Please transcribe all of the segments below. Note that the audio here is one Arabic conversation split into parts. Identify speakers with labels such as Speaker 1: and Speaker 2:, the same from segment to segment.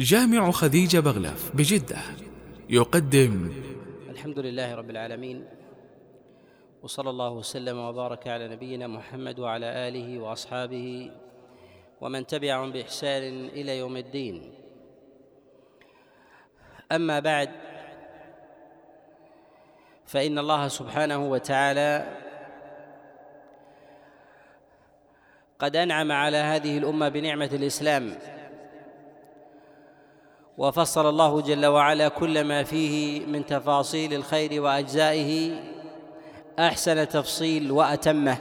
Speaker 1: جامع خديجة بغلف بجدة يقدم
Speaker 2: الحمد لله رب العالمين، وصلى الله وسلم وبارك على نبينا محمد وعلى آله وأصحابه ومن تبعهم بإحسان إلى يوم الدين. أما بعد، فإن الله سبحانه وتعالى قد أنعم على هذه الأمة بنعمة الإسلام، وفصل الله جل وعلا كل ما فيه من تفاصيل الخير وأجزائه أحسن تفصيل وأتمه،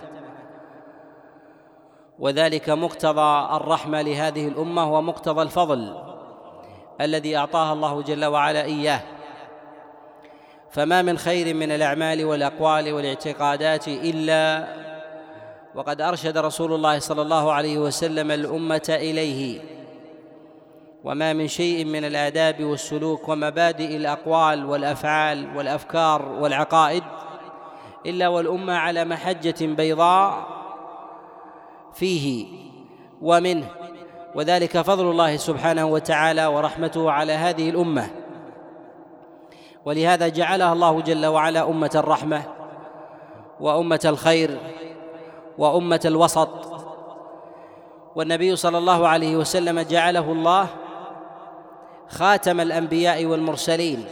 Speaker 2: وذلك مقتضى الرحمة لهذه الأمة ومقتضى الفضل الذي أعطاها الله جل وعلا إياه. فما من خير من الأعمال والأقوال والاعتقادات إلا وقد أرشد رسول الله صلى الله عليه وسلم الأمة إليه، وما من شيء من الآداب والسلوك ومبادئ الأقوال والأفعال والأفكار والعقائد إلا والأمة على محجة بيضاء فيه ومنه، وذلك فضل الله سبحانه وتعالى ورحمته على هذه الأمة. ولهذا جعلها الله جل وعلا أمة الرحمة وأمة الخير وأمة الوسط. والنبي صلى الله عليه وسلم جعله الله خاتم الأنبياء والمرسلين،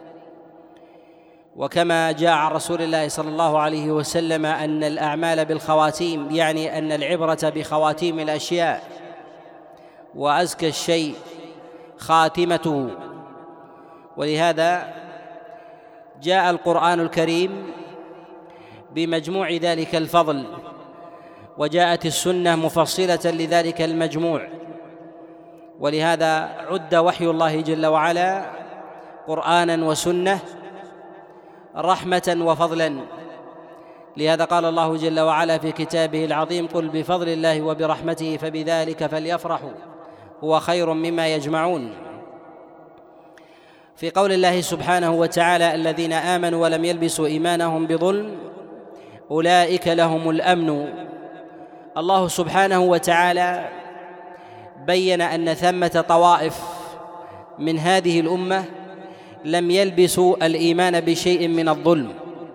Speaker 2: وكما جاء عن رسول الله صلى الله عليه وسلم أن الأعمال بالخواتيم، يعني أن العبرة بخواتيم الأشياء، وأزكى الشيء خاتمته. ولهذا جاء القرآن الكريم بمجموع ذلك الفضل، وجاءت السنة مفصلة لذلك المجموع، ولهذا عد وحي الله جل وعلا قرآنا وسنة رحمة وفضلا. لهذا قال الله جل وعلا في كتابه العظيم: قل بفضل الله وبرحمته فبذلك فليفرحوا هو خير مما يجمعون. في قول الله سبحانه وتعالى: الذين آمنوا ولم يلبسوا إيمانهم بظلم أولئك لهم الأمن. الله سبحانه وتعالى بين أن ثمة طوائف من هذه الأمة لم يلبسوا الإيمان بشيء من الظلم،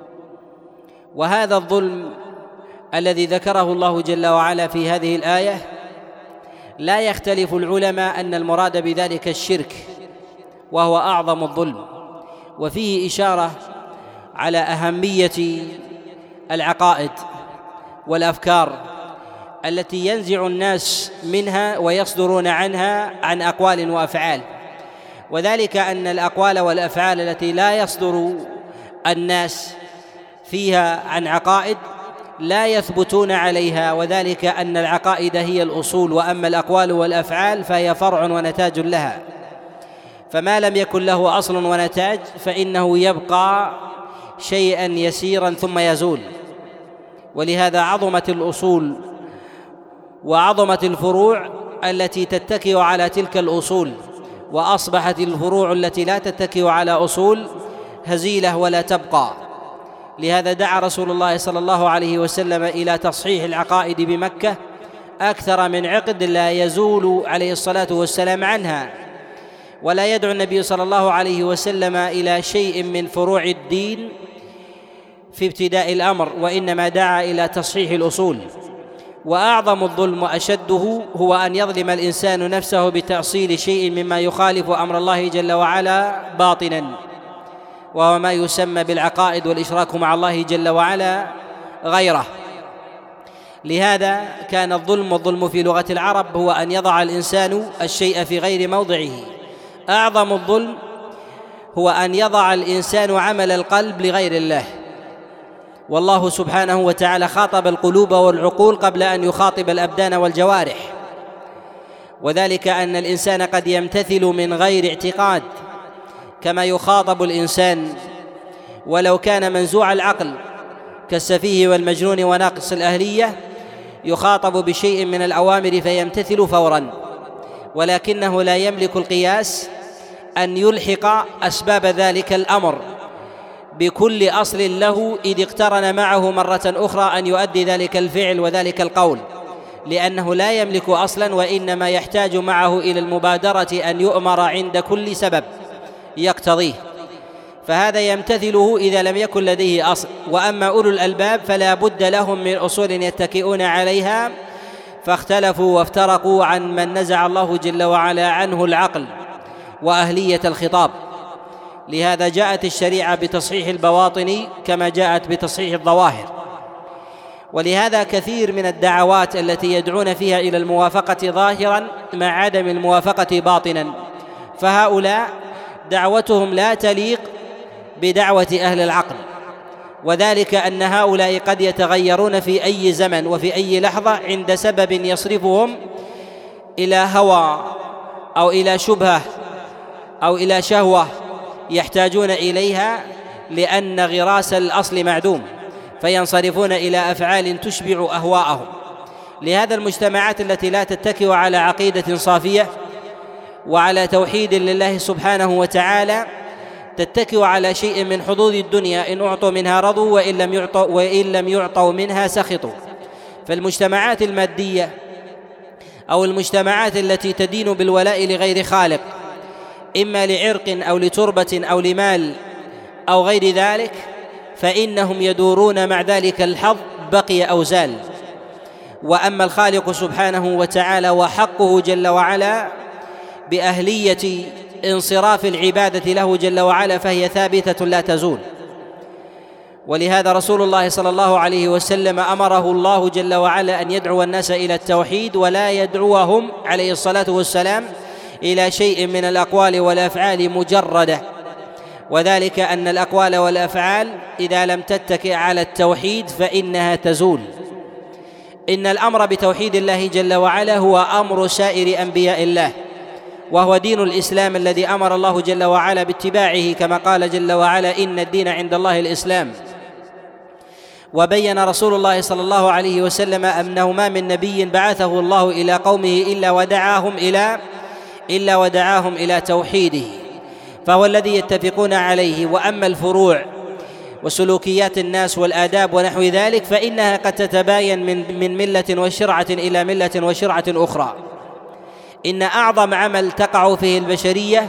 Speaker 2: وهذا الظلم الذي ذكره الله جل وعلا في هذه الآية لا يختلف العلماء أن المراد بذلك الشرك، وهو أعظم الظلم، وفيه إشارة على أهمية العقائد والأفكار التي ينزع الناس منها ويصدرون عنها عن أقوال وأفعال، وذلك أن الأقوال والأفعال التي لا يصدر الناس فيها عن عقائد لا يثبتون عليها، وذلك أن العقائد هي الأصول، وأما الأقوال والأفعال فهي فرع ونتاج لها، فما لم يكن له أصل ونتاج فإنه يبقى شيئا يسيرا ثم يزول. ولهذا عظمت الأصول وعظمت الفروع التي تتكئ على تلك الأصول، وأصبحت الفروع التي لا تتكئ على أصول هزيلة ولا تبقى. لهذا دعا رسول الله صلى الله عليه وسلم إلى تصحيح العقائد بمكة أكثر من عقد لا يزول عليه الصلاة والسلام عنها، ولا يدعو النبي صلى الله عليه وسلم إلى شيء من فروع الدين في ابتداء الأمر، وإنما دعا إلى تصحيح الأصول. وأعظم الظلم وأشده هو أن يظلم الإنسان نفسه بتأصيل شيء مما يخالف أمر الله جل وعلا باطنا، وهو ما يسمى بالعقائد والإشراك مع الله جل وعلا غيره. لهذا كان الظلم في لغة العرب هو أن يضع الإنسان الشيء في غير موضعه. أعظم الظلم هو أن يضع الإنسان عمل القلب لغير الله، والله سبحانه وتعالى خاطب القلوب والعقول قبل أن يخاطب الأبدان والجوارح، وذلك أن الإنسان قد يمتثل من غير اعتقاد كما يخاطب الإنسان ولو كان منزوع العقل كالسفيه والمجنون وناقص الأهلية، يخاطب بشيء من الأوامر فيمتثل فورا، ولكنه لا يملك القياس أن يلحق أسباب ذلك الأمر بكل أصل له إذ اقترن معه مرة أخرى أن يؤدي ذلك الفعل وذلك القول. لأنه لا يملك أصلا، وإنما يحتاج معه إلى المبادرة أن يؤمر عند كل سبب يقتضيه، فهذا يمتثله إذا لم يكن لديه أصل. وأما أولو الألباب فلا بد لهم من أصول يتكئون عليها، فاختلفوا وافترقوا عن من نزع الله جل وعلا عنه العقل وأهلية الخطاب. لهذا جاءت الشريعة بتصحيح البواطن كما جاءت بتصحيح الظواهر. ولهذا كثير من الدعوات التي يدعون فيها إلى الموافقة ظاهرا مع عدم الموافقة باطنا، فهؤلاء دعوتهم لا تليق بدعوة أهل العقل، وذلك أن هؤلاء قد يتغيرون في أي زمن وفي أي لحظة عند سبب يصرفهم إلى هوى أو إلى شبهة أو إلى شهوة يحتاجون إليها، لأن غراس الأصل معدوم، فينصرفون إلى أفعال تشبع أهواءهم. لهذا المجتمعات التي لا تتكئ على عقيدة صافية وعلى توحيد لله سبحانه وتعالى تتكئ على شيء من حظوظ الدنيا، إن أعطوا منها رضوا وإن لم يعطوا منها سخطوا. فالمجتمعات المادية أو المجتمعات التي تدين بالولاء لغير خالق، إما لعرق أو لتربة أو لمال أو غير ذلك، فإنهم يدورون مع ذلك الحظ بقي أو زال. وأما الخالق سبحانه وتعالى وحقه جل وعلا بأهلية انصراف العبادة له جل وعلا فهي ثابتة لا تزول. ولهذا رسول الله صلى الله عليه وسلم أمره الله جل وعلا أن يدعو الناس إلى التوحيد، ولا يدعوهم عليه الصلاة والسلام إلى شيء من الأقوال والأفعال مجردة، وذلك أن الأقوال والأفعال إذا لم تتكئ على التوحيد فإنها تزول. إن الأمر بتوحيد الله جل وعلا هو أمر سائر أنبياء الله، وهو دين الإسلام الذي أمر الله جل وعلا باتباعه، كما قال جل وعلا: إن الدين عند الله الإسلام. وبين رسول الله صلى الله عليه وسلم أنه ما من نبي بعثه الله إلى قومه إلا ودعاهم إلى توحيده، فهو الذي يتفقون عليه. وأما الفروع وسلوكيات الناس والآداب ونحو ذلك فإنها قد تتباين من ملة وشرعة إلى ملة وشرعة أخرى. إن أعظم عمل تقع فيه البشرية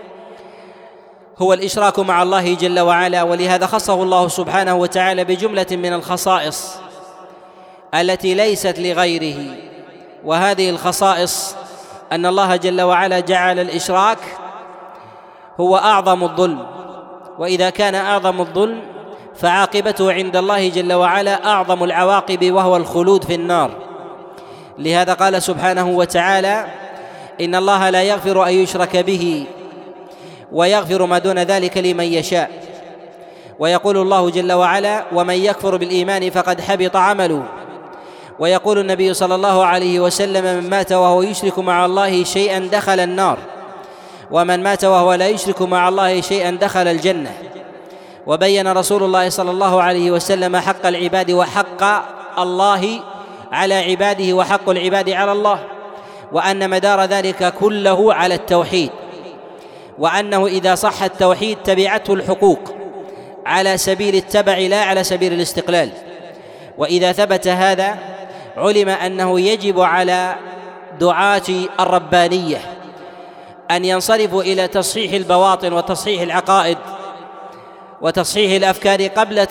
Speaker 2: هو الإشراك مع الله جل وعلا، ولهذا خصه الله سبحانه وتعالى بجملة من الخصائص التي ليست لغيره. وهذه الخصائص أن الله جل وعلا جعل الإشراك هو أعظم الظلم، وإذا كان أعظم الظلم فعاقبته عند الله جل وعلا أعظم العواقب، وهو الخلود في النار. لهذا قال سبحانه وتعالى: إن الله لا يغفر أن يشرك به ويغفر ما دون ذلك لمن يشاء. ويقول الله جل وعلا: ومن يكفر بالإيمان فقد حبط عمله. ويقول النبي صلى الله عليه وسلم: من مات وهو يشرك مع الله شيئا دخل النار، ومن مات وهو لا يشرك مع الله شيئا دخل الجنة. وبين رسول الله صلى الله عليه وسلم حق العباد وحق الله على عباده وحق العباد على الله، وأن مدار ذلك كله على التوحيد، وأنه إذا صح التوحيد تبعته الحقوق على سبيل التبع لا على سبيل الاستقلال. وإذا ثبت هذا علم أنه يجب على دعاة الربانية أن ينصرفوا إلى تصحيح البواطن وتصحيح العقائد وتصحيح الأفكار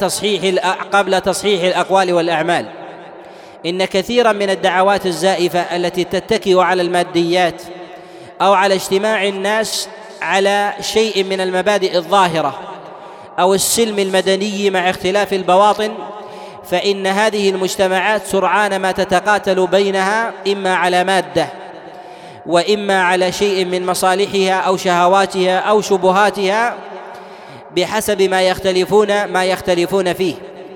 Speaker 2: قبل تصحيح الأقوال والأعمال. إن كثيرا من الدعوات الزائفة التي تتكئ على الماديات أو على اجتماع الناس على شيء من المبادئ الظاهرة أو السلم المدني مع اختلاف البواطن، فإن هذه المجتمعات سرعان ما تتقاتل بينها إما على مادة وإما على شيء من مصالحها أو شهواتها أو شبهاتها بحسب ما يختلفون فيه.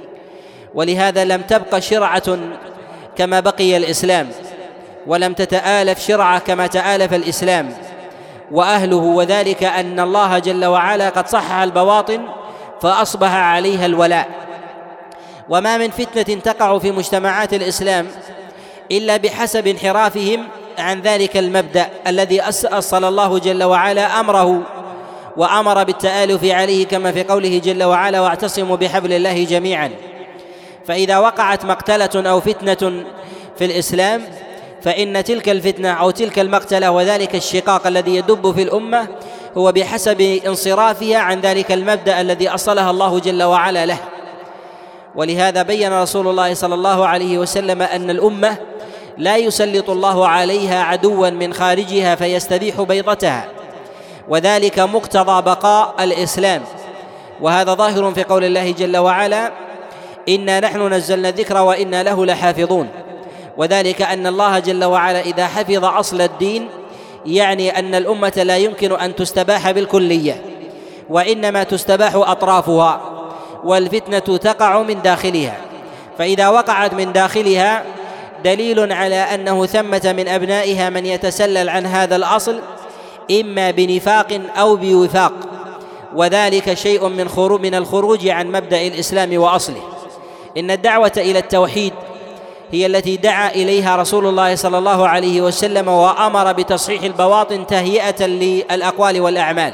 Speaker 2: ولهذا لم تبق شرعة كما بقي الإسلام، ولم تتآلف شرعة كما تآلف الإسلام وأهله، وذلك أن الله جل وعلا قد صحح البواطن فأصبح عليها الولاء. وما من فتنة تقع في مجتمعات الإسلام إلا بحسب انحرافهم عن ذلك المبدأ الذي أصل الله جل وعلا أمره وأمر بالتآلف عليه، كما في قوله جل وعلا: واعتصموا بحبل الله جميعا. فإذا وقعت مقتلة أو فتنة في الإسلام، فإن تلك الفتنة أو تلك المقتلة وذلك الشقاق الذي يدب في الأمة هو بحسب انصرافها عن ذلك المبدأ الذي أصلها الله جل وعلا له. ولهذا بين رسول الله صلى الله عليه وسلم أن الأمة لا يسلط الله عليها عدوا من خارجها فيستبيح بيضتها، وذلك مقتضى بقاء الإسلام. وهذا ظاهر في قول الله جل وعلا: إنا نحن نزلنا الذكر وإنا له لحافظون. وذلك أن الله جل وعلا إذا حفظ أصل الدين يعني أن الأمة لا يمكن أن تستباح بالكلية، وإنما تستباح أطرافها، والفتنة تقع من داخلها. فإذا وقعت من داخلها دليل على أنه ثمة من أبنائها من يتسلل عن هذا الأصل إما بنفاق أو بوفاق، وذلك شيء من الخروج عن مبدأ الإسلام وأصله. إن الدعوة إلى التوحيد هي التي دعا إليها رسول الله صلى الله عليه وسلم، وأمر بتصحيح البواطن تهيئة للأقوال والأعمال.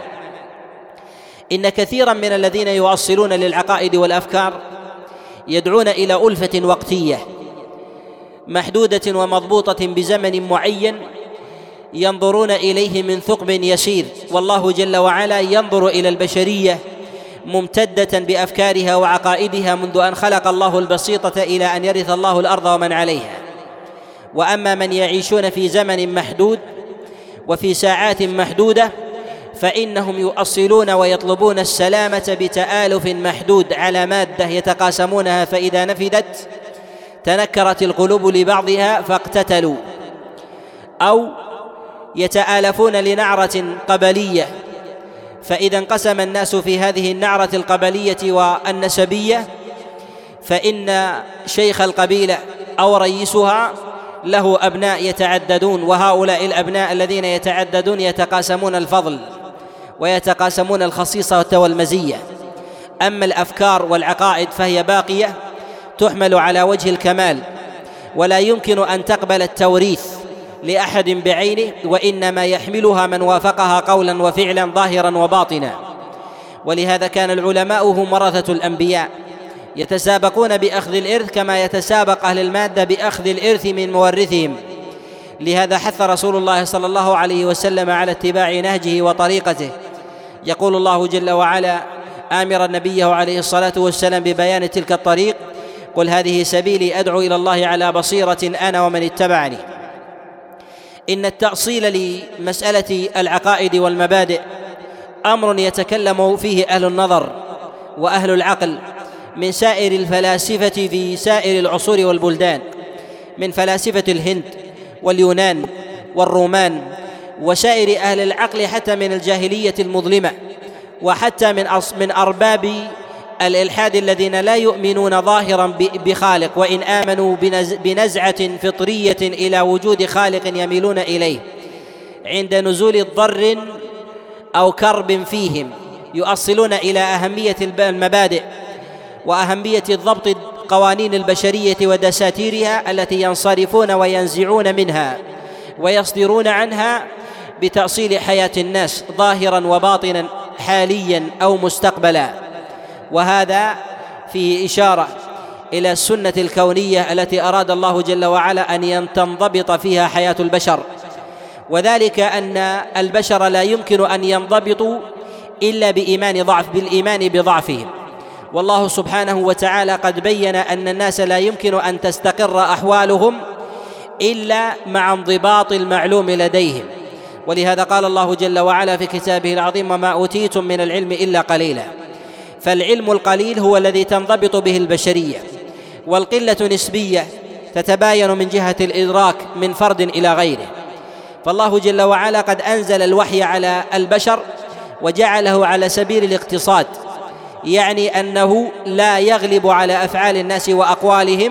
Speaker 2: إن كثيرا من الذين يؤصلون للعقائد والأفكار يدعون إلى ألفة وقتية محدودة ومضبوطة بزمن معين ينظرون إليه من ثقب يسير، والله جل وعلا ينظر إلى البشرية ممتدة بأفكارها وعقائدها منذ أن خلق الله البسيطة إلى أن يرث الله الأرض ومن عليها. وأما من يعيشون في زمن محدود وفي ساعات محدودة فإنهم يؤصلون ويطلبون السلامة بتآلف محدود على مادة يتقاسمونها، فإذا نفدت تنكرت القلوب لبعضها فاقتتلوا، أو يتآلفون لنعرة قبلية، فإذا انقسم الناس في هذه النعرة القبلية والنسبية فإن شيخ القبيلة أو رئيسها له أبناء يتعددون، وهؤلاء الأبناء الذين يتعددون يتقاسمون الفضل ويتقاسمون الخصيصة والمزية. أما الأفكار والعقائد فهي باقية تحمل على وجه الكمال، ولا يمكن أن تقبل التوريث لأحد بعينه، وإنما يحملها من وافقها قولا وفعلا ظاهرا وباطنا. ولهذا كان العلماء هم ورثة الأنبياء يتسابقون بأخذ الإرث كما يتسابق أهل المادة بأخذ الإرث من مورثهم. لهذا حث رسول الله صلى الله عليه وسلم على اتباع نهجه وطريقته. يقول الله جل وعلا آمرا نبيه عليه الصلاة والسلام ببيان تلك الطريق: قل هذه سبيلي أدعو إلى الله على بصيرة أنا ومن اتبعني. إن التأصيل لمسألة العقائد والمبادئ أمر يتكلم فيه أهل النظر وأهل العقل من سائر الفلاسفة في سائر العصور والبلدان، من فلاسفة الهند واليونان والرومان وسائر أهل العقل، حتى من الجاهلية المظلمة، وحتى من أرباب الإلحاد الذين لا يؤمنون ظاهرا بخالق، وإن آمنوا بنزعة فطرية إلى وجود خالق يميلون إليه عند نزول ضر أو كرب فيهم، يؤصلون إلى أهمية المبادئ وأهمية ضبط قوانين البشرية ودساتيرها التي ينصرفون وينزعون منها ويصدرون عنها بتأصيل حياة الناس ظاهرا وباطنا حاليا أو مستقبلا. وهذا فيه إشارة إلى السنة الكونية التي أراد الله جل وعلا أن تنضبط فيها حياة البشر، وذلك أن البشر لا يمكن أن ينضبطوا إلا بالإيمان بضعفهم. والله سبحانه وتعالى قد بين أن الناس لا يمكن أن تستقر أحوالهم إلا مع انضباط المعلوم لديهم. ولهذا قال الله جل وعلا في كتابه العظيم: وما أوتيتم من العلم إلا قليلا. فالعلم القليل هو الذي تنضبط به البشرية، والقلة نسبية تتباين من جهة الإدراك من فرد إلى غيره. فالله جل وعلا قد أنزل الوحي على البشر وجعله على سبيل الاقتصاد، يعني أنه لا يغلب على أفعال الناس وأقوالهم،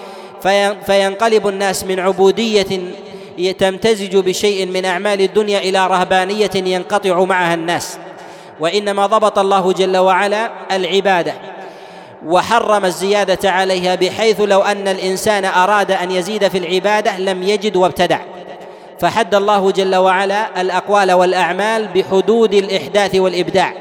Speaker 2: فينقلب الناس من عبودية تمتزج بشيء من أعمال الدنيا إلى رهبانية ينقطع معها الناس. وإنما ضبط الله جل وعلا العبادة وحرم الزيادة عليها، بحيث لو أن الإنسان أراد أن يزيد في العبادة لم يجد وابتدع، فحد الله جل وعلا الأقوال والأعمال بحدود الإحداث والإبداع.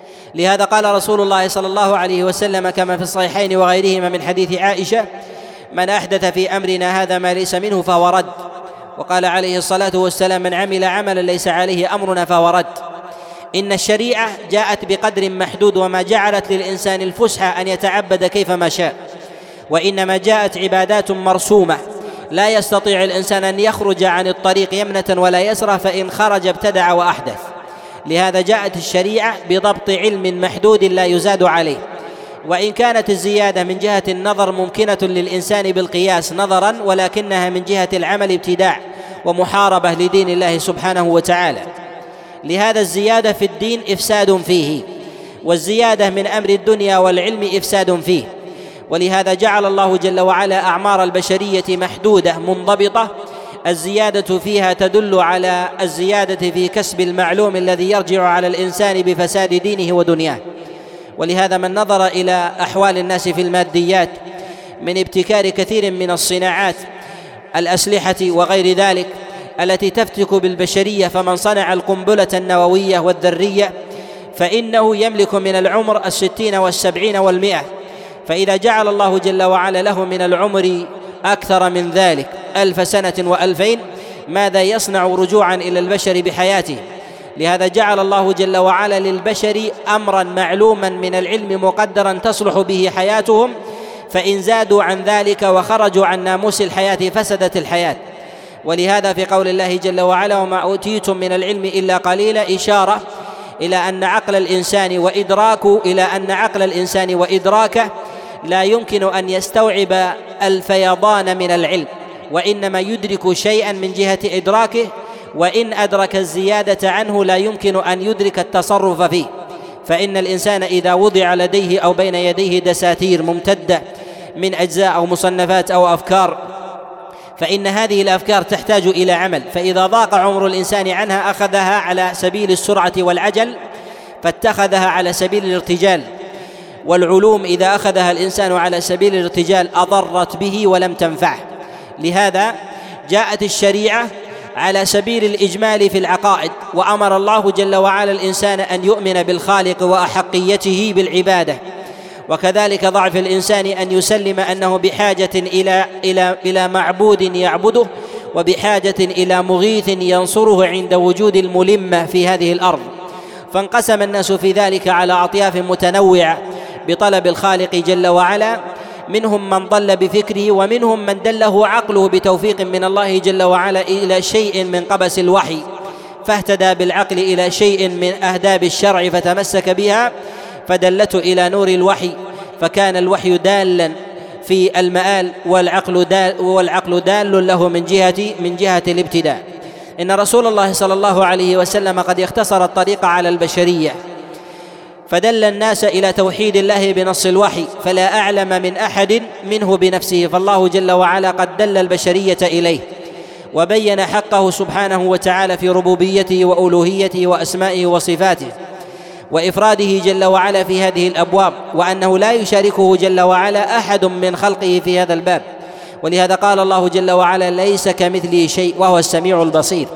Speaker 2: لهذا قال رسول الله صلى الله عليه وسلم كما في الصحيحين وغيرهما من حديث عائشة: من أحدث في أمرنا هذا ما ليس منه فهو رد. وقال عليه الصلاة والسلام: من عمل عملا ليس عليه أمرنا فهو رد. إن الشريعة جاءت بقدر محدود، وما جعلت للإنسان الفسحة أن يتعبد كيفما شاء، وإنما جاءت عبادات مرسومة لا يستطيع الإنسان أن يخرج عن الطريق يمنة ولا يسرى، فإن خرج ابتدع وأحدث. لهذا جاءت الشريعة بضبط علم محدود لا يزاد عليه، وإن كانت الزيادة من جهة النظر ممكنة للإنسان بالقياس نظرا، ولكنها من جهة العمل ابتداع ومحاربة لدين الله سبحانه وتعالى. لهذا الزيادة في الدين إفساد فيه، والزيادة من أمر الدنيا والعلم إفساد فيه. ولهذا جعل الله جل وعلا أعمار البشرية محدودة منضبطة، الزيادة فيها تدل على الزيادة في كسب المعلوم الذي يرجع على الإنسان بفساد دينه ودنياه. ولهذا من نظر إلى أحوال الناس في الماديات من ابتكار كثير من الصناعات، الأسلحة وغير ذلك التي تفتك بالبشرية، فمن صنع القنبلة النووية والذرية فإنه يملك من العمر 60 و70 و100، فإذا جعل الله جل وعلا له من العمر أكثر من ذلك 1000 سنة و2000، ماذا يصنع رجوعا إلى البشر بحياته؟ لهذا جعل الله جل وعلا للبشر أمرا معلوما من العلم مقدرا تصلح به حياتهم، فإن زادوا عن ذلك وخرجوا عن ناموس الحياة فسدت الحياة. ولهذا في قول الله جل وعلا: وما أوتيتم من العلم إلا قليلا، إشارة إلى أن عقل الإنسان وإدراكه لا يمكن أن يستوعب الفيضان من العلم، وإنما يدرك شيئا من جهة إدراكه، وإن أدرك الزيادة عنه لا يمكن أن يدرك التصرف فيه. فإن الإنسان إذا وضع لديه أو بين يديه دساتير ممتدة من أجزاء أو مصنفات أو أفكار، فإن هذه الأفكار تحتاج إلى عمل، فإذا ضاق عمر الإنسان عنها أخذها على سبيل السرعة والعجل، فاتخذها على سبيل الارتجال. والعلوم إذا أخذها الإنسان على سبيل الارتجال أضرت به ولم تنفعه. لهذا جاءت الشريعة على سبيل الإجمال في العقائد، وأمر الله جل وعلا الإنسان أن يؤمن بالخالق وأحقيته بالعبادة، وكذلك ضعف الإنسان أن يسلم أنه بحاجة إلى معبود يعبده، وبحاجة إلى مغيث ينصره عند وجود الملمة في هذه الأرض. فانقسم الناس في ذلك على أطياف متنوعة بطلب الخالق جل وعلا، منهم من ضل بفكره، ومنهم من دله عقله بتوفيق من الله جل وعلا إلى شيء من قبس الوحي، فاهتدى بالعقل إلى شيء من أهداب الشرع فتمسك بها فدلته إلى نور الوحي، فكان الوحي دالا في المآل، والعقل دال له من جهة الابتداء. إن رسول الله صلى الله عليه وسلم قد اختصر الطريق على البشرية، فدل الناس إلى توحيد الله بنص الوحي، فلا أعلم من أحد منه بنفسه، فالله جل وعلا قد دل البشرية إليه، وبين حقه سبحانه وتعالى في ربوبيته وألوهيته وأسمائه وصفاته، وإفراده جل وعلا في هذه الأبواب، وأنه لا يشاركه جل وعلا أحد من خلقه في هذا الباب. ولهذا قال الله جل وعلا: ليس كمثله شيء وهو السميع البصير.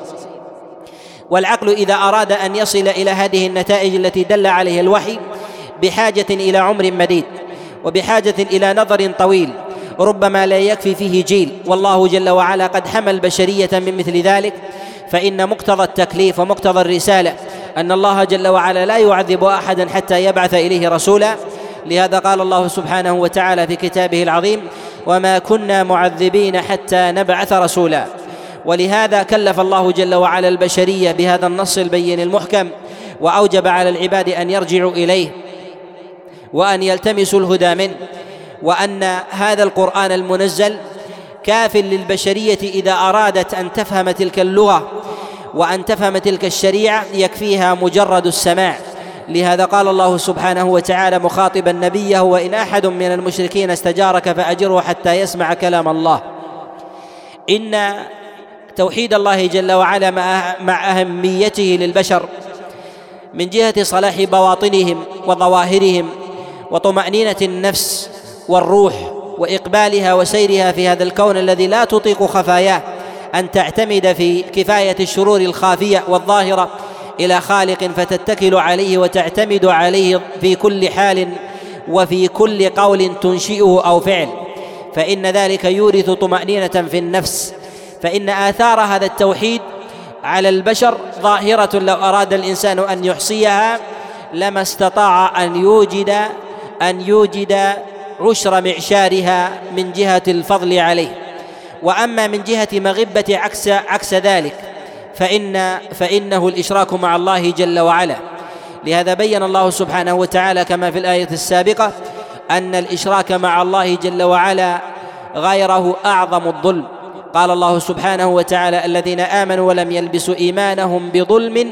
Speaker 2: والعقل إذا أراد أن يصل إلى هذه النتائج التي دل عليه الوحي بحاجة إلى عمر مديد، وبحاجة إلى نظر طويل، ربما لا يكفي فيه جيل، والله جل وعلا قد حمى البشرية من مثل ذلك. فإن مقتضى التكليف ومقتضى الرسالة أن الله جل وعلا لا يعذب أحدا حتى يبعث إليه رسولا. لهذا قال الله سبحانه وتعالى في كتابه العظيم: وما كنا معذبين حتى نبعث رسولا. ولهذا كلف الله جل وعلا البشرية بهذا النص البين المحكم، وأوجب على العباد أن يرجعوا إليه وأن يلتمسوا الهدى منه، وأن هذا القرآن المنزل كاف للبشرية إذا أرادت أن تفهم تلك اللغة وأن تفهم تلك الشريعة، يكفيها مجرد السماع. لهذا قال الله سبحانه وتعالى مخاطبا نبيه: وإن أحد من المشركين استجارك فأجره حتى يسمع كلام الله. إن توحيد الله جل وعلا مع أهميته للبشر من جهة صلاح بواطنهم وظواهرهم وطمأنينة النفس والروح وإقبالها وسيرها في هذا الكون الذي لا تطيق خفاياه، أن تعتمد في كفاية الشرور الخافية والظاهرة إلى خالق فتتكل عليه وتعتمد عليه في كل حال وفي كل قول تنشئه أو فعل. فإن ذلك يورث طمأنينة في النفس، فإن آثار هذا التوحيد على البشر ظاهرة، لو أراد الإنسان أن يحصيها لما استطاع أن يوجد عشر معشارها من جهة الفضل عليه. وأما من جهة مغبة عكس ذلك فإنه الإشراك مع الله جل وعلا. لهذا بين الله سبحانه وتعالى كما في الآية السابقة أن الإشراك مع الله جل وعلا غيره أعظم الظلم. قال الله سبحانه وتعالى: الذين آمنوا ولم يلبسوا إيمانهم بظلم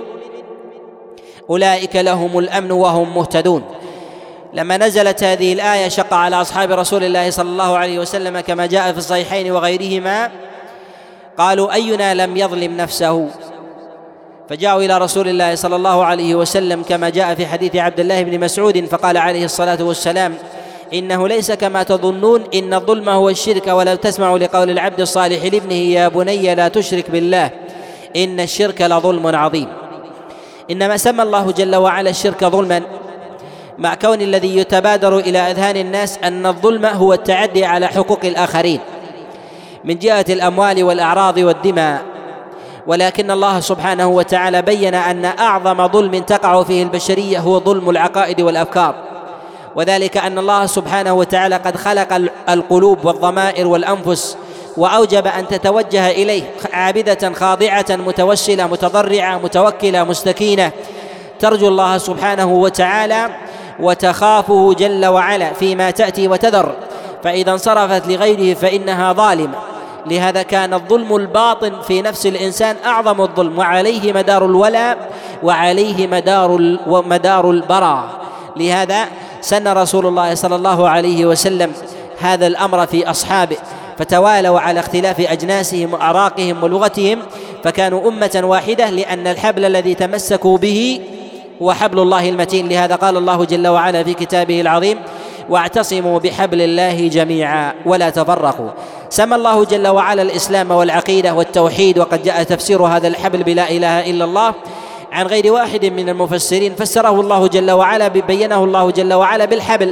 Speaker 2: أولئك لهم الأمن وهم مهتدون. لما نزلت هذه الآية شق على أصحاب رسول الله صلى الله عليه وسلم كما جاء في الصحيحين وغيرهما، قالوا: أينا لم يظلم نفسه؟ فجاءوا إلى رسول الله صلى الله عليه وسلم كما جاء في حديث عبد الله بن مسعود، فقال عليه الصلاة والسلام: إنه ليس كما تظنون، إن الظلم هو الشرك، ولو تسمعوا لقول العبد الصالح لابنه: يا بني لا تشرك بالله إن الشرك لظلم عظيم. إنما سمى الله جل وعلا الشرك ظلما مع كون الذي يتبادر إلى أذهان الناس أن الظلم هو التعدي على حقوق الآخرين من جهة الأموال والأعراض والدماء، ولكن الله سبحانه وتعالى بين أن أعظم ظلم تقع فيه البشرية هو ظلم العقائد والأفكار، وذلك أن الله سبحانه وتعالى قد خلق القلوب والضمائر والأنفس وأوجب أن تتوجه إليه عابدة خاضعة متوسلة متضرعة متوكلة مستكينة، ترجو الله سبحانه وتعالى وتخافه جل وعلا فيما تأتي وتذر، فإذا انصرفت لغيره فإنها ظالمة. لهذا كان الظلم الباطن في نفس الإنسان أعظم الظلم، وعليه مدار الولاء وعليه مدار البراء. لهذا سن رسول الله صلى الله عليه وسلم هذا الأمر في أصحابه، فتوالوا على اختلاف أجناسهم وأعراقهم ولغتهم، فكانوا أمة واحدة، لأن الحبل الذي تمسكوا به هو حبل الله المتين. لهذا قال الله جل وعلا في كتابه العظيم: واعتصموا بحبل الله جميعا ولا تفرقوا. سمى الله جل وعلا الإسلام والعقيدة والتوحيد، وقد جاء تفسير هذا الحبل بلا إله إلا الله عن غير واحد من المفسرين، فسره الله جل وعلا بينه الله جل وعلا بالحبل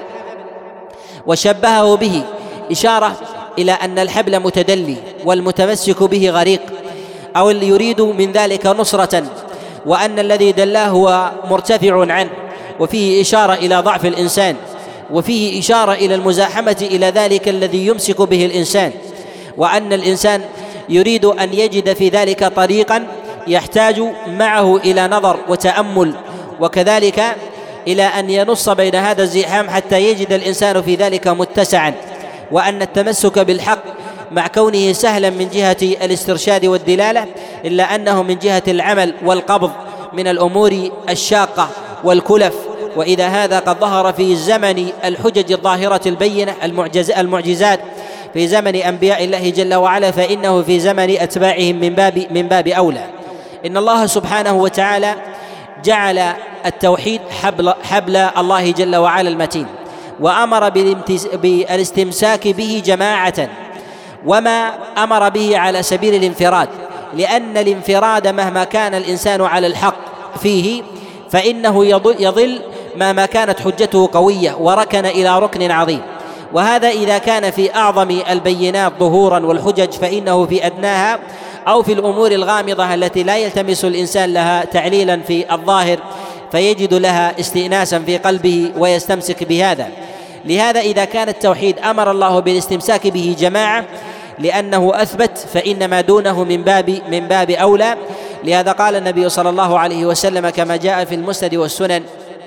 Speaker 2: وشبهه به، إشارة إلى أن الحبل متدلي والمتمسك به غريق، أو اللي يريد من ذلك نصرة، وأن الذي دلاه هو مرتفع عنه، وفيه إشارة إلى ضعف الإنسان، وفيه إشارة إلى المزاحمة إلى ذلك الذي يمسك به الإنسان، وأن الإنسان يريد أن يجد في ذلك طريقا يحتاج معه إلى نظر وتأمل، وكذلك إلى أن ينص بين هذا الزحام حتى يجد الإنسان في ذلك متسعا. وأن التمسك بالحق مع كونه سهلا من جهة الاسترشاد والدلالة، إلا أنه من جهة العمل والقبض من الأمور الشاقة والكلف. وإذا هذا قد ظهر في زمن الحجج الظاهرة البينة المعجزات في زمن أنبياء الله جل وعلا، فإنه في زمن أتباعهم من باب أولى. إن الله سبحانه وتعالى جعل التوحيد حبل الله جل وعلا المتين، وأمر بالاستمساك به جماعة، وما أمر به على سبيل الانفراد، لأن الانفراد مهما كان الإنسان على الحق فيه فإنه يضل مهما كانت حجته قوية وركن إلى ركن عظيم. وهذا إذا كان في أعظم البينات ظهورا والحجج، فإنه في أدناها أو في الأمور الغامضة التي لا يلتمس الإنسان لها تعليلا في الظاهر فيجد لها استئناسا في قلبه ويستمسك بهذا. لهذا إذا كان التوحيد أمر الله بالاستمساك به جماعة لأنه أثبت، فإن ما دونه من باب أولى. لهذا قال النبي صلى الله عليه وسلم كما جاء في المسند والسنن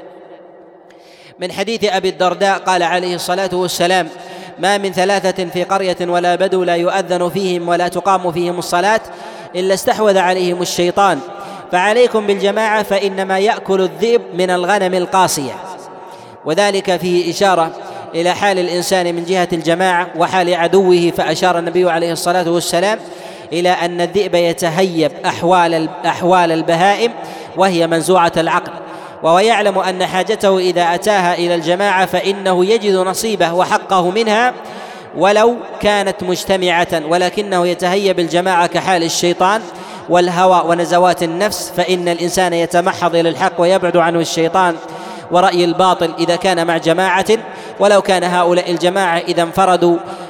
Speaker 2: من حديث أبي الدرداء قال عليه الصلاة والسلام: ما من ثلاثة في قرية ولا بدو لا يؤذن فيهم ولا تقام فيهم الصلاة إلا استحوذ عليهم الشيطان، فعليكم بالجماعة فإنما يأكل الذئب من الغنم القاصية. وذلك فيه إشارة إلى حال الإنسان من جهة الجماعة وحال عدوه، فأشار النبي عليه الصلاة والسلام إلى أن الذئب يتهيب أحوال البهائم وهي منزوعة العقل، وهو يعلم أن حاجته إذا أتاها إلى الجماعة فإنه يجد نصيبه وحقه منها ولو كانت مجتمعة، ولكنه يتهيب الجماعة كحال الشيطان والهوى ونزوات النفس، فإن الإنسان يتمحض إلى الحق ويبعد عنه الشيطان ورأي الباطل إذا كان مع جماعة، ولو كان هؤلاء الجماعة إذا انفردوا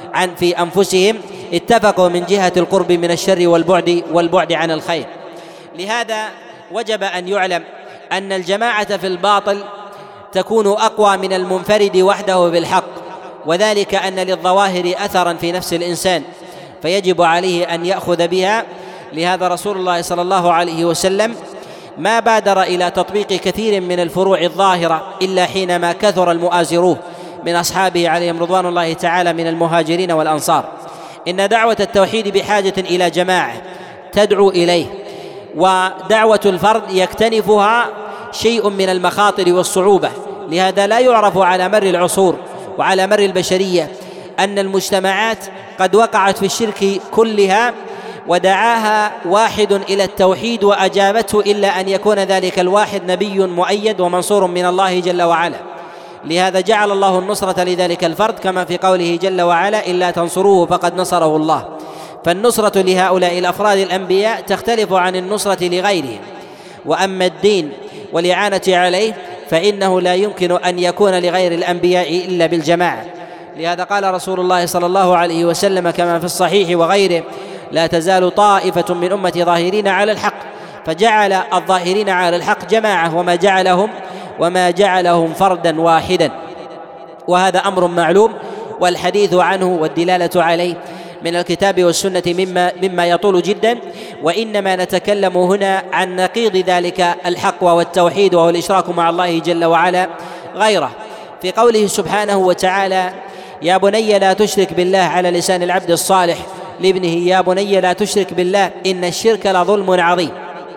Speaker 2: في أنفسهم اتفقوا من جهة القرب من الشر والبعد عن الخير. لهذا وجب أن يعلم أن الجماعة في الباطل تكون أقوى من المنفرد وحده بالحق، وذلك أن للظواهر أثرا في نفس الإنسان فيجب عليه أن يأخذ بها. لهذا رسول الله صلى الله عليه وسلم ما بادر إلى تطبيق كثير من الفروع الظاهرة إلا حينما كثر المؤازروه من أصحابه عليهم رضوان الله تعالى من المهاجرين والأنصار. إن دعوة التوحيد بحاجة إلى جماعة تدعو إليه، ودعوة الفرد يكتنفها شيء من المخاطر والصعوبة. لهذا لا يعرف على مر العصور وعلى مر البشرية أن المجتمعات قد وقعت في الشرك كلها ودعاها واحد إلى التوحيد وأجابته إلا أن يكون ذلك الواحد نبي مؤيد ومنصور من الله جل وعلا. لهذا جعل الله النصرة لذلك الفرد كما في قوله جل وعلا: إلا تنصروه فقد نصره الله. فالنصرة لهؤلاء الأفراد الأنبياء تختلف عن النصرة لغيرهم. وأما الدين والإعانة عليه فإنه لا يمكن أن يكون لغير الأنبياء إلا بالجماعة. لهذا قال رسول الله صلى الله عليه وسلم كما في الصحيح وغيره: لا تزال طائفة من أمتي ظاهرين على الحق، فجعل الظاهرين على الحق جماعة وما جعلهم فردا واحدا. وهذا أمر معلوم، والحديث عنه والدلالة عليه من الكتاب والسنة مما يطول جدا، وإنما نتكلم هنا عن نقيض ذلك الحق وهو التوحيد وهو الإشراك مع الله جل وعلا غيره. في قوله سبحانه وتعالى: يا بني لا تشرك بالله، على لسان العبد الصالح لابنه: يا بني لا تشرك بالله إن الشرك لظلم عظيم.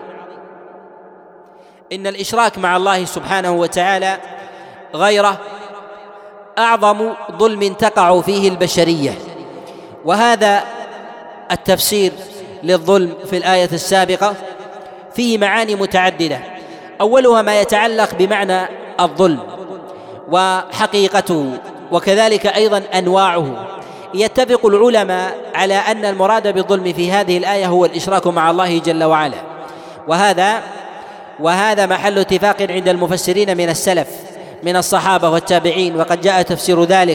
Speaker 2: إن الإشراك مع الله سبحانه وتعالى غيره أعظم ظلم تقع فيه البشرية. وهذا التفسير للظلم في الآية السابقة فيه معاني متعددة. أولها ما يتعلق بمعنى الظلم وحقيقته، وكذلك أيضا أنواعه. يتفق العلماء على أن المراد بالظلم في هذه الآية هو الإشراك مع الله جل وعلا، وهذا محل اتفاق عند المفسرين من السلف من الصحابة والتابعين، وقد جاء تفسير ذلك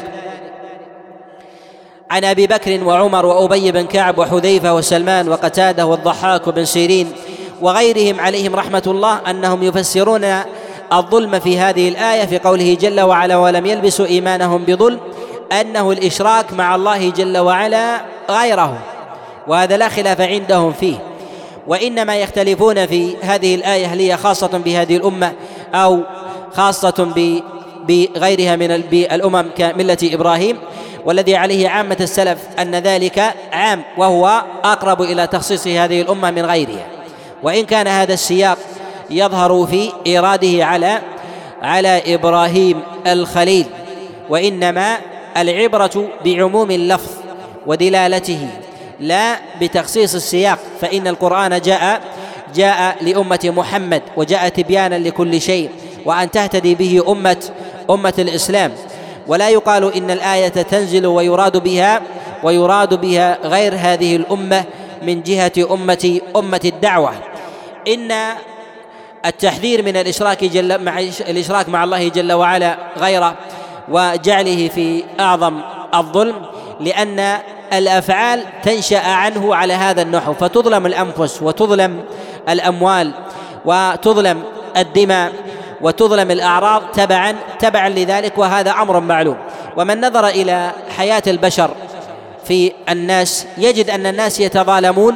Speaker 2: عن أبي بكر وعمر وأبي بن كعب وحذيفة وسلمان وقتادة والضحاك وبن سيرين وغيرهم عليهم رحمة الله، أنهم يفسرون الظلم في هذه الآية في قوله جل وعلا: ولم يلبسوا إيمانهم بظلم، أنه الإشراك مع الله جل وعلا غيره. وهذا لا خلاف عندهم فيه، وإنما يختلفون في هذه الآية هل هي خاصة بهذه الأمة أو خاصة بغيرها من الأمم كملة إبراهيم. والذي عليه عامة السلف أن ذلك عام، وهو أقرب إلى تخصيص هذه الأمة من غيرها، وإن كان هذا السياق يظهر في إيراده على إبراهيم الخليل. وإنما العبرة بعموم اللفظ ودلالته لا بتخصيص السياق، فإن القرآن جاء لأمة محمد وجاء تبيانا لكل شيء، وأن تهتدي به أمة الإسلام. ولا يقال إن الآية تنزل ويراد بها غير هذه الأمة من جهة أمة الدعوة. إن التحذير من الإشراك مع الله جل وعلا غيره وجعله في أعظم الظلم، لأن الأفعال تنشأ عنه على هذا النحو، فتظلم الأنفس وتظلم الأموال وتظلم الدماء وتظلم الأعراض تبعا لذلك، وهذا أمر معلوم. ومن نظر إلى حياة البشر في الناس يجد أن الناس يتظالمون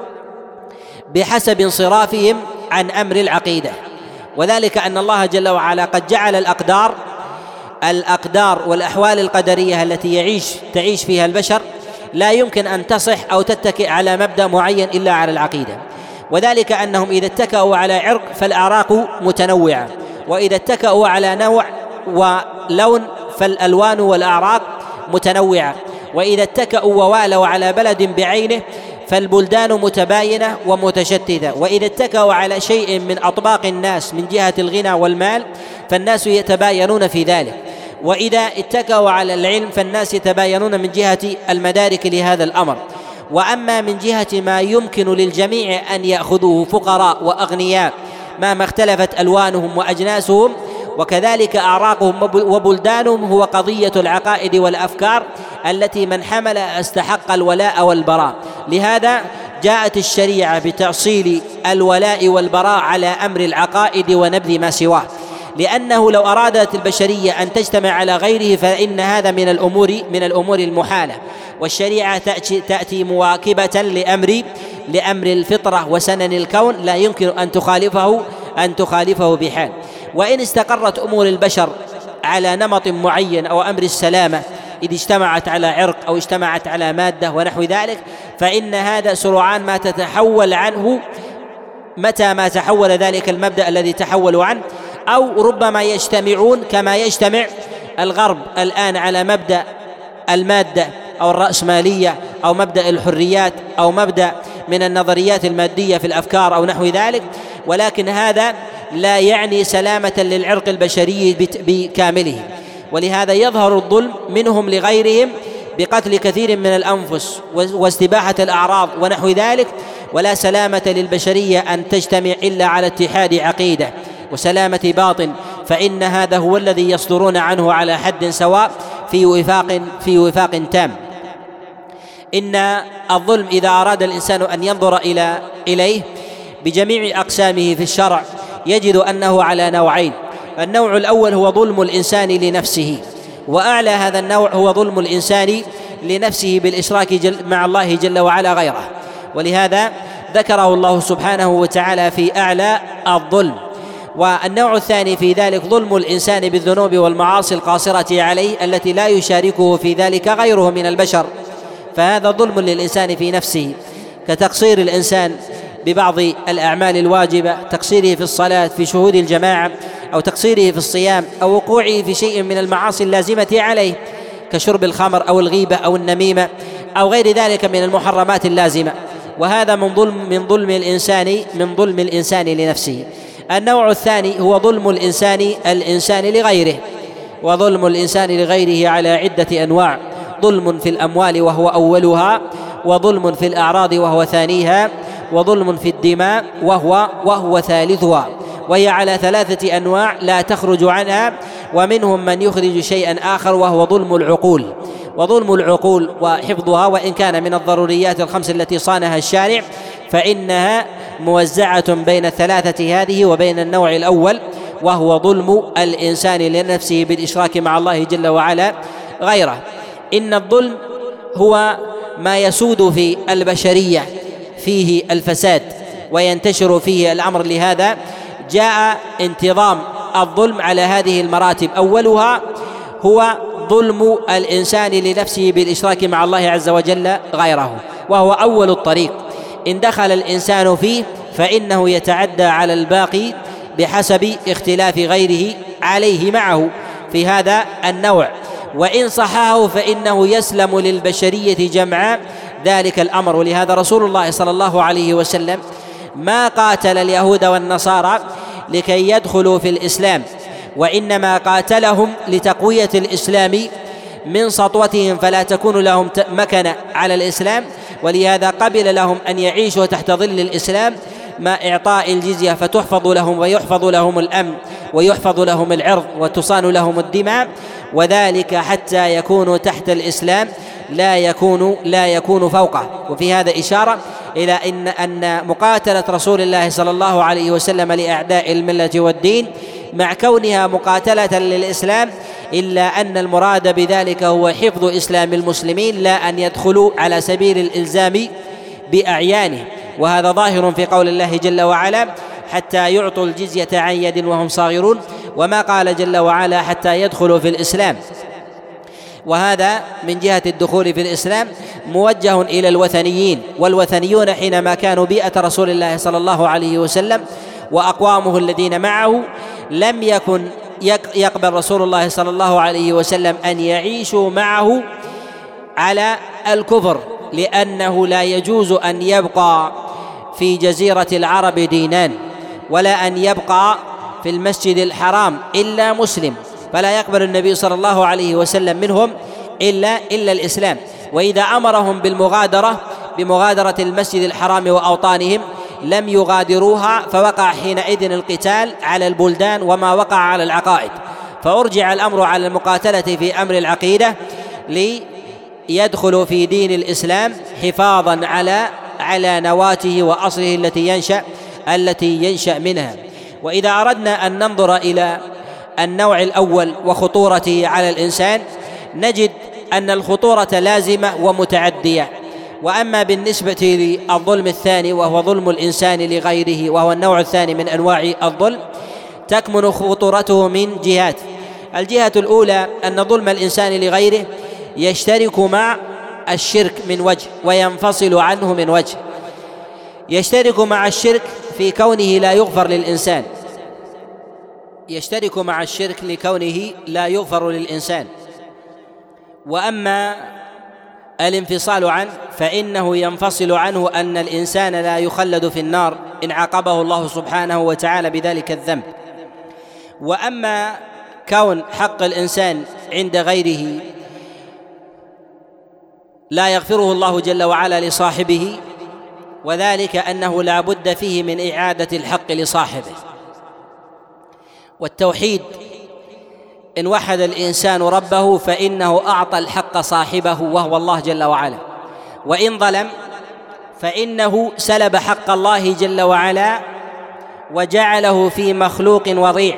Speaker 2: بحسب انصرافهم عن أمر العقيدة، وذلك أن الله جل وعلا قد جعل الأقدار والأحوال القدرية التي تعيش فيها البشر لا يمكن أن تصح أو تتكئ على مبدأ معين إلا على العقيدة. وذلك أنهم إذا اتكأوا على عرق فالأعراق متنوعة، وإذا اتكأوا على نوع ولون فالألوان والأعراق متنوعة، وإذا اتكأوا ووالوا على بلد بعينه فالبلدان متباينة ومتشتتة، وإذا اتكأوا على شيء من أطباق الناس من جهة الغنى والمال فالناس يتباينون في ذلك، وإذا اتكأوا على العلم فالناس يتباينون من جهة المدارك لهذا الأمر. وأما من جهة ما يمكن للجميع أن يأخذوه فقراء وأغنياء مهما اختلفت ألوانهم وأجناسهم وكذلك أعراقهم وبلدانهم، هو قضية العقائد والأفكار التي من حمل استحق الولاء والبراء. لهذا جاءت الشريعة بتأصيل الولاء والبراء على أمر العقائد ونبذ ما سواه، لأنه لو أرادت البشرية أن تجتمع على غيره فإن هذا من الأمور المحالة، والشريعة تأتي مواكبة لأمر الفطرة وسنن الكون، لا يمكن أن تخالفه بحال. وإن استقرت أمور البشر على نمط معين أو أمر السلامة، إذ اجتمعت على عرق أو اجتمعت على مادة ونحو ذلك، فإن هذا سرعان ما تتحول عنه متى ما تحول ذلك المبدأ الذي تحولوا عنه، أو ربما يجتمعون كما يجتمع الغرب الآن على مبدأ المادة أو الرأسمالية أو مبدأ الحريات أو مبدأ من النظريات المادية في الأفكار أو نحو ذلك، ولكن هذا لا يعني سلامة للعرق البشري بكامله. ولهذا يظهر الظلم منهم لغيرهم بقتل كثير من الأنفس واستباحة الأعراض ونحو ذلك، ولا سلامة للبشرية أن تجتمع إلا على اتحاد عقيدة وسلامة باطن، فإن هذا هو الذي يصدرون عنه على حد سواء في وفاق تام. إن الظلم إذا أراد الإنسان أن ينظر إليه بجميع أقسامه في الشرع يجد أنه على نوعين. النوع الأول هو ظلم الإنسان لنفسه، وأعلى هذا النوع هو ظلم الإنسان لنفسه بالإشراك مع الله جل وعلا غيره، ولهذا ذكره الله سبحانه وتعالى في أعلى الظلم. والنوع الثاني في ذلك ظلم الإنسان بالذنوب والمعاصي القاصرة عليه التي لا يشاركه في ذلك غيره من البشر، فهذا ظلم للإنسان في نفسه، كتقصير الإنسان ببعض الأعمال الواجبة، تقصيره في الصلاة في شهود الجماعة، أو تقصيره في الصيام، أو وقوعه في شيء من المعاصي اللازمة عليه كشرب الخمر أو الغيبة أو النميمة أو غير ذلك من المحرمات اللازمة، وهذا من ظلم الإنسان لنفسه. النوع الثاني هو ظلم الإنسان لغيره، وظلم الإنسان لغيره على عدة أنواع: ظلم في الأموال وهو أولها، وظلم في الأعراض وهو ثانيها، وظلم في الدماء وهو ثالثها، وهي على 3 أنواع لا تخرج عنها، ومنهم من يخرج شيئا آخر وهو ظلم العقول. وظلم العقول وحفظها وإن كان من الضروريات ال5 التي صانها الشارع، فإنها موزعة بين ال3 هذه وبين النوع الأول، وهو ظلم الإنسان لنفسه بالإشراك مع الله جل وعلا غيره. إن الظلم هو ما يسود في البشرية فيه الفساد وينتشر فيه الأمر، لهذا جاء انتظام الظلم على هذه المراتب. أولها هو ظلم الإنسان لنفسه بالإشراك مع الله عز وجل غيره، وهو أول الطريق. إن دخل الإنسان فيه فإنه يتعدى على الباقي بحسب اختلاف غيره عليه معه في هذا النوع، وإن صحاه فإنه يسلم للبشرية جمعاء ذلك الأمر. ولهذا رسول الله صلى الله عليه وسلم ما قاتل اليهود والنصارى لكي يدخلوا في الإسلام، وإنما قاتلهم لتقوية الإسلام من سطوتهم فلا تكون لهم مكنة على الإسلام، ولهذا قبل لهم أن يعيشوا تحت ظل الإسلام مع إعطاء الجزية، فتحفظ لهم ويحفظ لهم الأمن ويحفظ لهم العرض وتصان لهم الدماء، وذلك حتى يكونوا تحت الإسلام لا يكون فوقه. وفي هذا إشارة إلى أن مقاتلة رسول الله صلى الله عليه وسلم لأعداء الملة والدين مع كونها مقاتلة للإسلام، إلا أن المراد بذلك هو حفظ إسلام المسلمين، لا أن يدخلوا على سبيل الإلزام بأعيانه. وهذا ظاهر في قول الله جل وعلا: حتى يعطوا الجزية عن يد وهم صاغرون، وما قال جل وعلا حتى يدخلوا في الإسلام. وهذا من جهة الدخول في الإسلام موجه إلى الوثنيين، والوثنيون حينما كانوا بيئة رسول الله صلى الله عليه وسلم وأقوامه الذين معه لم يكن يقبل رسول الله صلى الله عليه وسلم أن يعيشوا معه على الكفر، لأنه لا يجوز أن يبقى في جزيرة العرب دينان، ولا أن يبقى في المسجد الحرام إلا مسلم، فلا يقبل النبي صلى الله عليه وسلم منهم إلا الإسلام. وإذا أمرهم بمغادرة المسجد الحرام وأوطانهم لم يغادروها، فوقع حينئذ القتال على البلدان وما وقع على العقائد، فأرجع الأمر على المقاتلة في أمر العقيدة يدخل في دين الإسلام حفاظا على نواته وأصله التي ينشأ منها. وإذا أردنا أن ننظر إلى النوع الأول وخطورته على الإنسان نجد أن الخطورة لازمة ومتعدية. وأما بالنسبة للظلم الثاني وهو ظلم الإنسان لغيره وهو النوع الثاني من أنواع الظلم تكمن خطورته من جهات. الجهة الأولى أن ظلم الإنسان لغيره يشترك مع الشرك من وجه وينفصل عنه من وجه. يشترك مع الشرك في كونه لا يغفر للإنسان، يشترك مع الشرك لكونه لا يغفر للإنسان. وأما الانفصال عنه فإنه ينفصل عنه أن الإنسان لا يخلد في النار إن عاقبه الله سبحانه وتعالى بذلك الذنب. وأما كون حق الإنسان عند غيره لا يغفره الله جل وعلا لصاحبه، وذلك أنه لا بد فيه من إعادة الحق لصاحبه. والتوحيد إن وحد الإنسان ربه فإنه أعطى الحق صاحبه وهو الله جل وعلا، وإن ظلم فإنه سلب حق الله جل وعلا وجعله في مخلوق وضيع،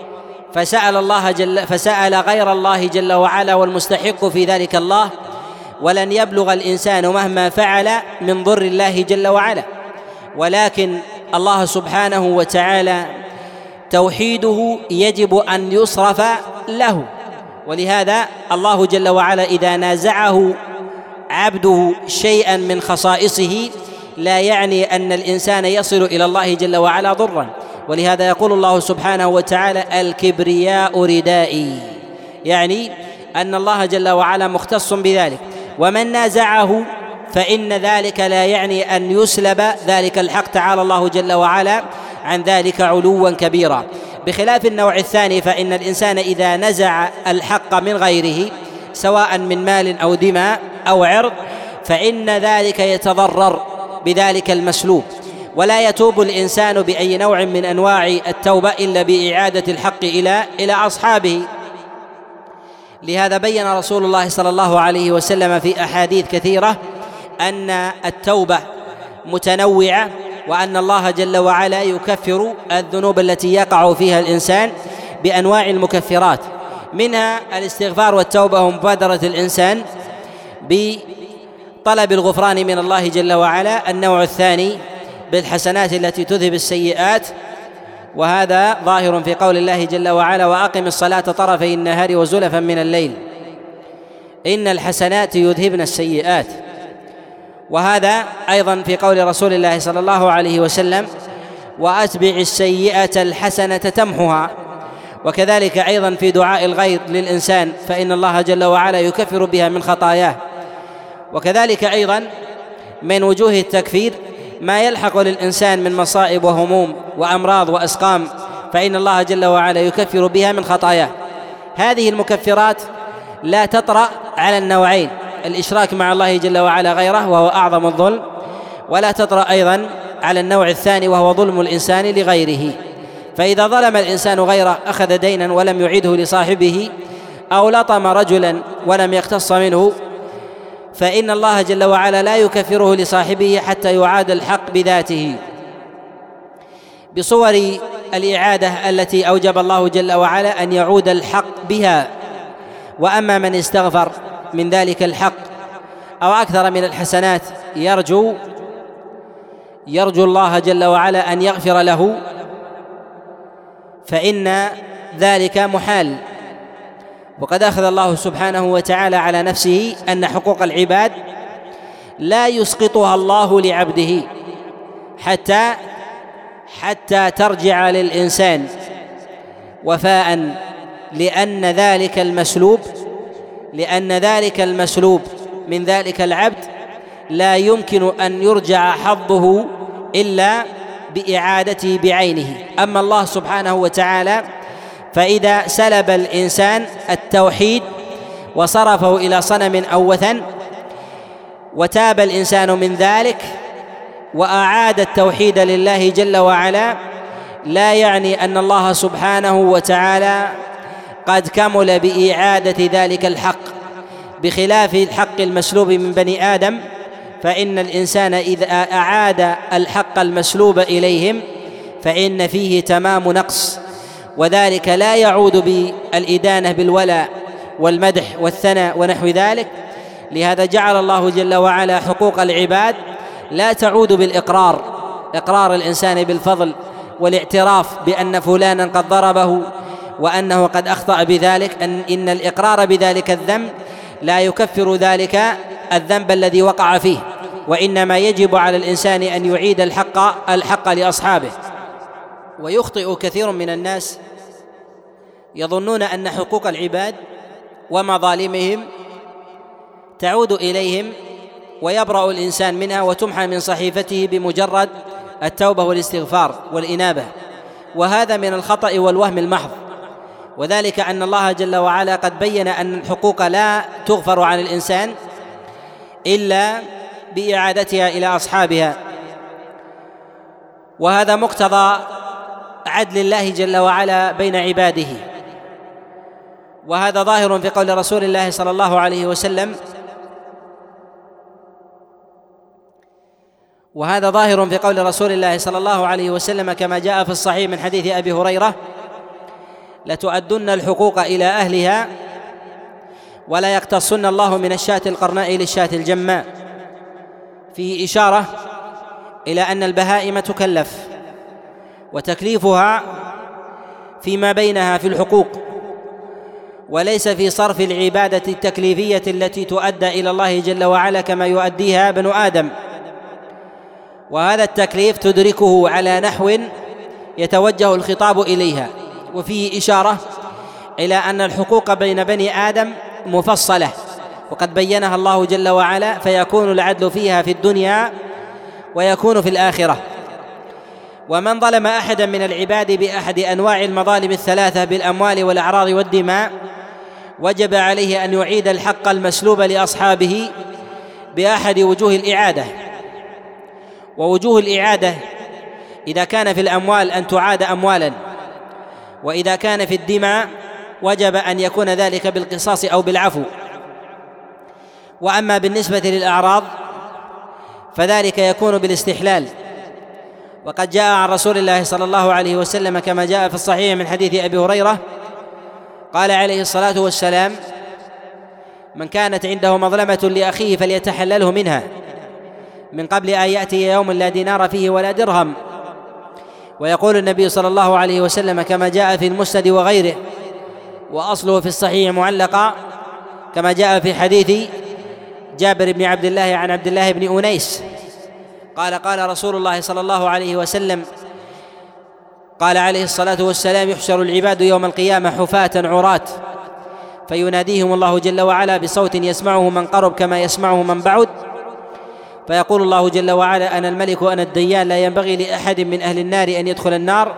Speaker 2: فسأل غير الله جل وعلا والمستحق في ذلك الله، ولن يبلغ الإنسان مهما فعل من ضر الله جل وعلا. ولكن الله سبحانه وتعالى توحيده يجب أن يصرف له، ولهذا الله جل وعلا إذا نازعه عبده شيئا من خصائصه لا يعني أن الإنسان يصل إلى الله جل وعلا ضرا. ولهذا يقول الله سبحانه وتعالى الكبرياء ردائي، يعني أن الله جل وعلا مختص بذلك. ومن نازعه فإن ذلك لا يعني أن يسلب ذلك الحق، تعالى الله جل وعلا عن ذلك علوا كبيرا. بخلاف النوع الثاني فإن الإنسان إذا نزع الحق من غيره سواء من مال أو دماء أو عرض فإن ذلك يتضرر بذلك المسلوب، ولا يتوب الإنسان بأي نوع من أنواع التوبة إلا بإعادة الحق إلى أصحابه. لهذا بين رسول الله صلى الله عليه وسلم في أحاديث كثيرة أن التوبة متنوعة، وأن الله جل وعلا يكفر الذنوب التي يقع فيها الإنسان بأنواع المكفرات، منها الاستغفار والتوبة ومبادرة الإنسان بطلب الغفران من الله جل وعلا. النوع الثاني بالحسنات التي تذهب السيئات، وهذا ظاهر في قول الله جل وعلا وأقم الصلاة طرفي النهار وزلفا من الليل إن الحسنات يذهبن السيئات، وهذا أيضا في قول رسول الله صلى الله عليه وسلم وأتبع السيئة الحسنة تمحها. وكذلك أيضا في دعاء الغير للإنسان فإن الله جل وعلا يكفر بها من خطاياه. وكذلك أيضا من وجوه التكفير ما يلحق للإنسان من مصائب وهموم وأمراض وأسقام فإن الله جل وعلا يكفر بها من خطاياه. هذه المكفرات لا تطرأ على النوعين، الإشراك مع الله جل وعلا غيره وهو أعظم الظلم، ولا تطرأ أيضا على النوع الثاني وهو ظلم الإنسان لغيره. فإذا ظلم الإنسان غيره أخذ دينا ولم يعيده لصاحبه أو لطم رجلا ولم يقتص منه فإن الله جل وعلا لا يكفره لصاحبه حتى يعاد الحق بذاته بصور الإعادة التي أوجب الله جل وعلا أن يعود الحق بها. وأما من استغفر من ذلك الحق أو أكثر من الحسنات يرجو الله جل وعلا أن يغفر له فإن ذلك محال. وقد أخذ الله سبحانه وتعالى على نفسه أن حقوق العباد لا يسقطها الله لعبده حتى ترجع للإنسان وفاء، لأن ذلك المسلوب من ذلك العبد لا يمكن أن يرجع حظه إلا بإعادته بعينه. أما الله سبحانه وتعالى فإذا سلب الإنسان التوحيد وصرفه إلى صنم أو وثن وتاب الإنسان من ذلك وأعاد التوحيد لله جل وعلا لا يعني أن الله سبحانه وتعالى قد كمل بإعادة ذلك الحق، بخلاف الحق المسلوب من بني آدم، فإن الإنسان إذا أعاد الحق المسلوب إليهم فإن فيه تمام نقص، وذلك لا يعود بالإدانة بالولاء والمدح والثناء ونحو ذلك. لهذا جعل الله جل وعلا حقوق العباد لا تعود بالإقرار، إقرار الإنسان بالفضل والاعتراف بأن فلانا قد ضربه وأنه قد أخطأ بذلك، إن الإقرار بذلك الذنب لا يكفر ذلك الذنب الذي وقع فيه، وإنما يجب على الإنسان أن يعيد الحق لأصحابه. ويخطئ كثير من الناس يظنون أن حقوق العباد ومظالمهم تعود إليهم ويبرأ الإنسان منها وتمحى من صحيفته بمجرد التوبة والاستغفار والإنابة، وهذا من الخطأ والوهم المحض، وذلك أن الله جل وعلا قد بين أن الحقوق لا تغفر عن الإنسان إلا بإعادتها إلى أصحابها، وهذا مقتضى عدل الله جل وعلا بين عباده، وهذا ظاهر في قول رسول الله صلى الله عليه وسلم كما جاء في الصحيح من حديث أبي هريرة: لتؤدن الحقوق إلى أهلها ولا يقتصن الله من الشاة القرناء للشاة الجماء، فيه إشارة إلى أن البهائم تكلف، وتكليفها فيما بينها في الحقوق، وليس في صرف العبادة التكليفية التي تؤدى إلى الله جل وعلا كما يؤديها بنو آدم، وهذا التكليف تدركه على نحو يتوجه الخطاب إليها. وفيه إشارة إلى أن الحقوق بين بني آدم مفصلة وقد بينها الله جل وعلا، فيكون العدل فيها في الدنيا ويكون في الآخرة. ومن ظلم أحدا من العباد بأحد أنواع المظالم الثلاثة بالأموال والأعراض والدماء وجب عليه أن يعيد الحق المسلوب لأصحابه بأحد وجوه الإعادة. ووجوه الإعادة إذا كان في الأموال أن تعاد أموالا، وإذا كان في الدماء وجب أن يكون ذلك بالقصاص أو بالعفو. وأما بالنسبة للأعراض فذلك يكون بالاستحلال، وقد جاء عن رسول الله صلى الله عليه وسلم كما جاء في الصحيح من حديث أبي هريرة قال عليه الصلاة والسلام: من كانت عنده مظلمة لأخيه فليتحلله منها من قبل أن يأتي يوم لا دينار فيه ولا درهم. ويقول النبي صلى الله عليه وسلم كما جاء في المسند وغيره، وأصله في الصحيح معلقا كما جاء في حديث جابر بن عبد الله عن عبد الله بن أنيس قال: قال رسول الله صلى الله عليه وسلم، قال عليه الصلاة والسلام: يحشر العباد يوم القيامة حفاة عراة فيناديهم الله جل وعلا بصوت يسمعه من قرب كما يسمعه من بعد، فيقول الله جل وعلا: أنا الملك أنا الديان، لا ينبغي لأحد من أهل النار أن يدخل النار،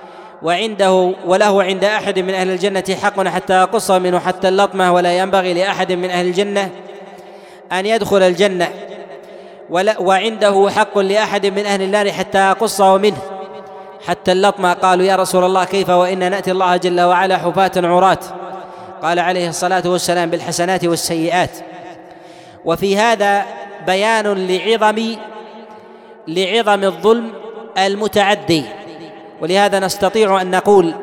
Speaker 2: وله عند أحد من أهل الجنة حق حتى يقص منه حتى اللطمة، ولا ينبغي لأحد من أهل الجنة أن يدخل الجنة، وعنده حق لأحد من أهل النار حتى يقصه منه حتى اللطمة. قالوا: يا رسول الله كيف وإن نأتي الله جل وعلا حفاة عراة؟ قال عليه الصلاة والسلام: بالحسنات والسيئات. وفي هذا بيان لعظم الظلم المتعدي، ولهذا نستطيع أن نقول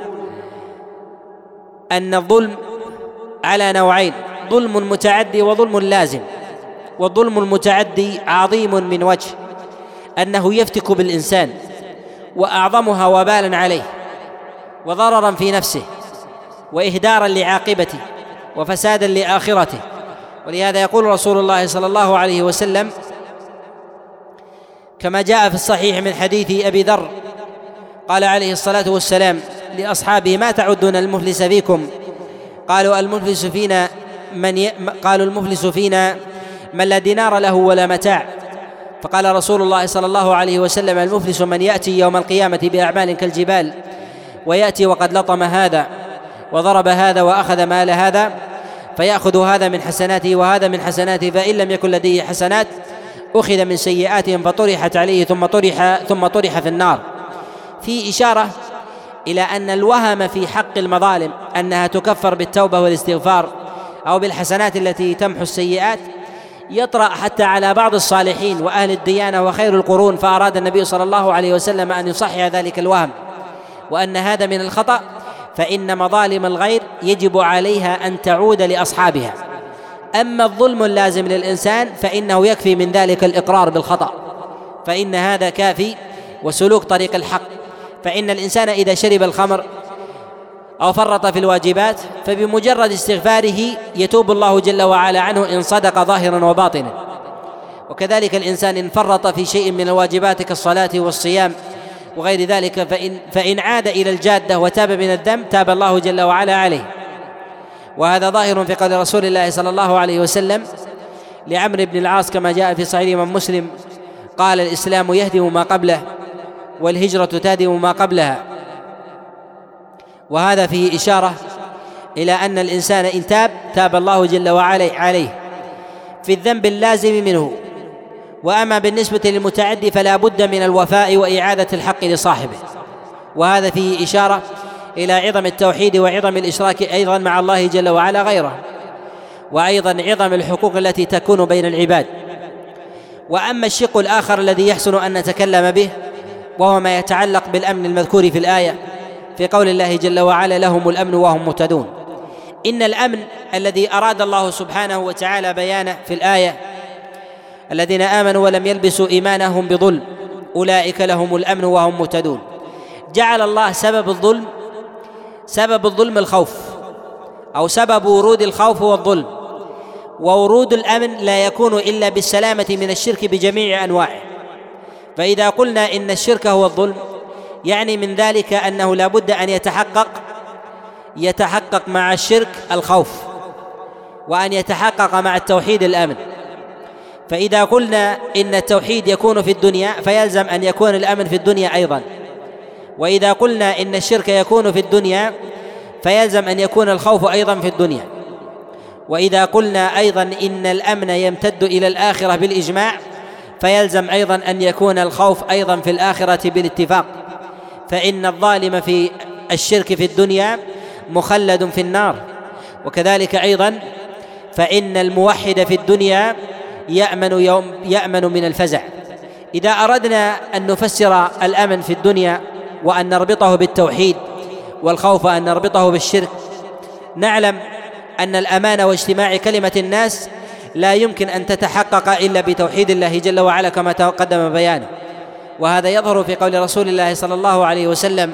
Speaker 2: أن الظلم على نوعين: ظلم متعدي وظلم لازم. والظلم المتعدي عظيم من وجه أنه يفتك بالإنسان، وأعظمها وبالا عليه وضررا في نفسه وإهدارا لعاقبته وفسادا لآخرته. ولهذا يقول رسول الله صلى الله عليه وسلم كما جاء في الصحيح من حديث أبي ذر قال عليه الصلاة والسلام لأصحابه: ما تعدون المفلس فيكم؟ قالوا: المفلس فينا من لا دينار له ولا متاع. فقال رسول الله صلى الله عليه وسلم: المفلس من يأتي يوم القيامة بأعمال كالجبال، ويأتي وقد لطم هذا وضرب هذا وأخذ مال هذا، فيأخذ هذا من حسناته وهذا من حسناته، فإن لم يكن لديه حسنات أخذ من سيئاتهم فطرحت عليه ثم طرح في النار. في إشارة إلى أن الوهم في حق المظالم أنها تكفر بالتوبة والاستغفار أو بالحسنات التي تمحو السيئات يطرأ حتى على بعض الصالحين وأهل الديانة وخير القرون، فأراد النبي صلى الله عليه وسلم أن يصحح ذلك الوهم وأن هذا من الخطأ، فإن مظالم الغير يجب عليها أن تعود لأصحابها. أما الظلم اللازم للإنسان فإنه يكفي من ذلك الإقرار بالخطأ، فإن هذا كافي، وسلوك طريق الحق. فإن الإنسان إذا شرب الخمر أو فرط في الواجبات فبمجرد استغفاره يتوب الله جل وعلا عنه إن صدق ظاهرا وباطنا. وكذلك الإنسان إن فرط في شيء من الواجبات كالصلاة والصيام وغير ذلك فإن عاد إلى الجادة وتاب من الذنب تاب الله جل وعلا عليه. وهذا ظاهر في قول رسول الله صلى الله عليه وسلم لعمرو بن العاص كما جاء في صحيح الإمام مسلم قال: الإسلام يهدم ما قبله والهجرة تهدم ما قبلها. وهذا فيه إشارة إلى أن الإنسان إن تاب الله جل وعلا عليه في الذنب اللازم منه. وأما بالنسبة للمتعدي فلا بد من الوفاء وإعادة الحق لصاحبه. وهذا فيه إشارة إلى عظم التوحيد وعظم الإشراك أيضا مع الله جل وعلا غيره، وأيضا عظم الحقوق التي تكون بين العباد. وأما الشق الآخر الذي يحسن أن نتكلم به وهو ما يتعلق بالأمن المذكور في الآية في قول الله جل وعلا: لهم الأمن وهم مهتدون. إن الأمن الذي أراد الله سبحانه وتعالى بيانه في الآية: الذين آمنوا ولم يلبسوا إيمانهم بظلم أولئك لهم الأمن وهم مهتدون. جعل الله سبب الظلم الخوف، أو سبب ورود الخوف والظلم. وورود الأمن لا يكون إلا بالسلامة من الشرك بجميع أنواعه. فإذا قلنا إن الشرك هو الظلم يعني من ذلك أنه لا بد أن يتحقق مع الشرك الخوف، وأن يتحقق مع التوحيد الأمن. فإذا قلنا إن التوحيد يكون في الدنيا فيلزم أن يكون الأمن في الدنيا أيضا. وإذا قلنا إن الشرك يكون في الدنيا فيلزم أن يكون الخوف أيضا في الدنيا. وإذا قلنا أيضا إن الأمن يمتد إلى الآخرة بالإجماع فيلزم أيضا أن يكون الخوف أيضا في الآخرة بالاتفاق. فإن الظالم في الشرك في الدنيا مخلد في النار، وكذلك أيضا فإن الموحد في الدنيا يأمن من الفزع. إذا أردنا أن نفسر الأمن في الدنيا وأن نربطه بالتوحيد والخوف أن نربطه بالشرك، نعلم أن الأمان واجتماع كلمة الناس لا يمكن أن تتحقق إلا بتوحيد الله جل وعلا كما تقدم بيانه. وهذا يظهر في قول رسول الله صلى الله عليه وسلم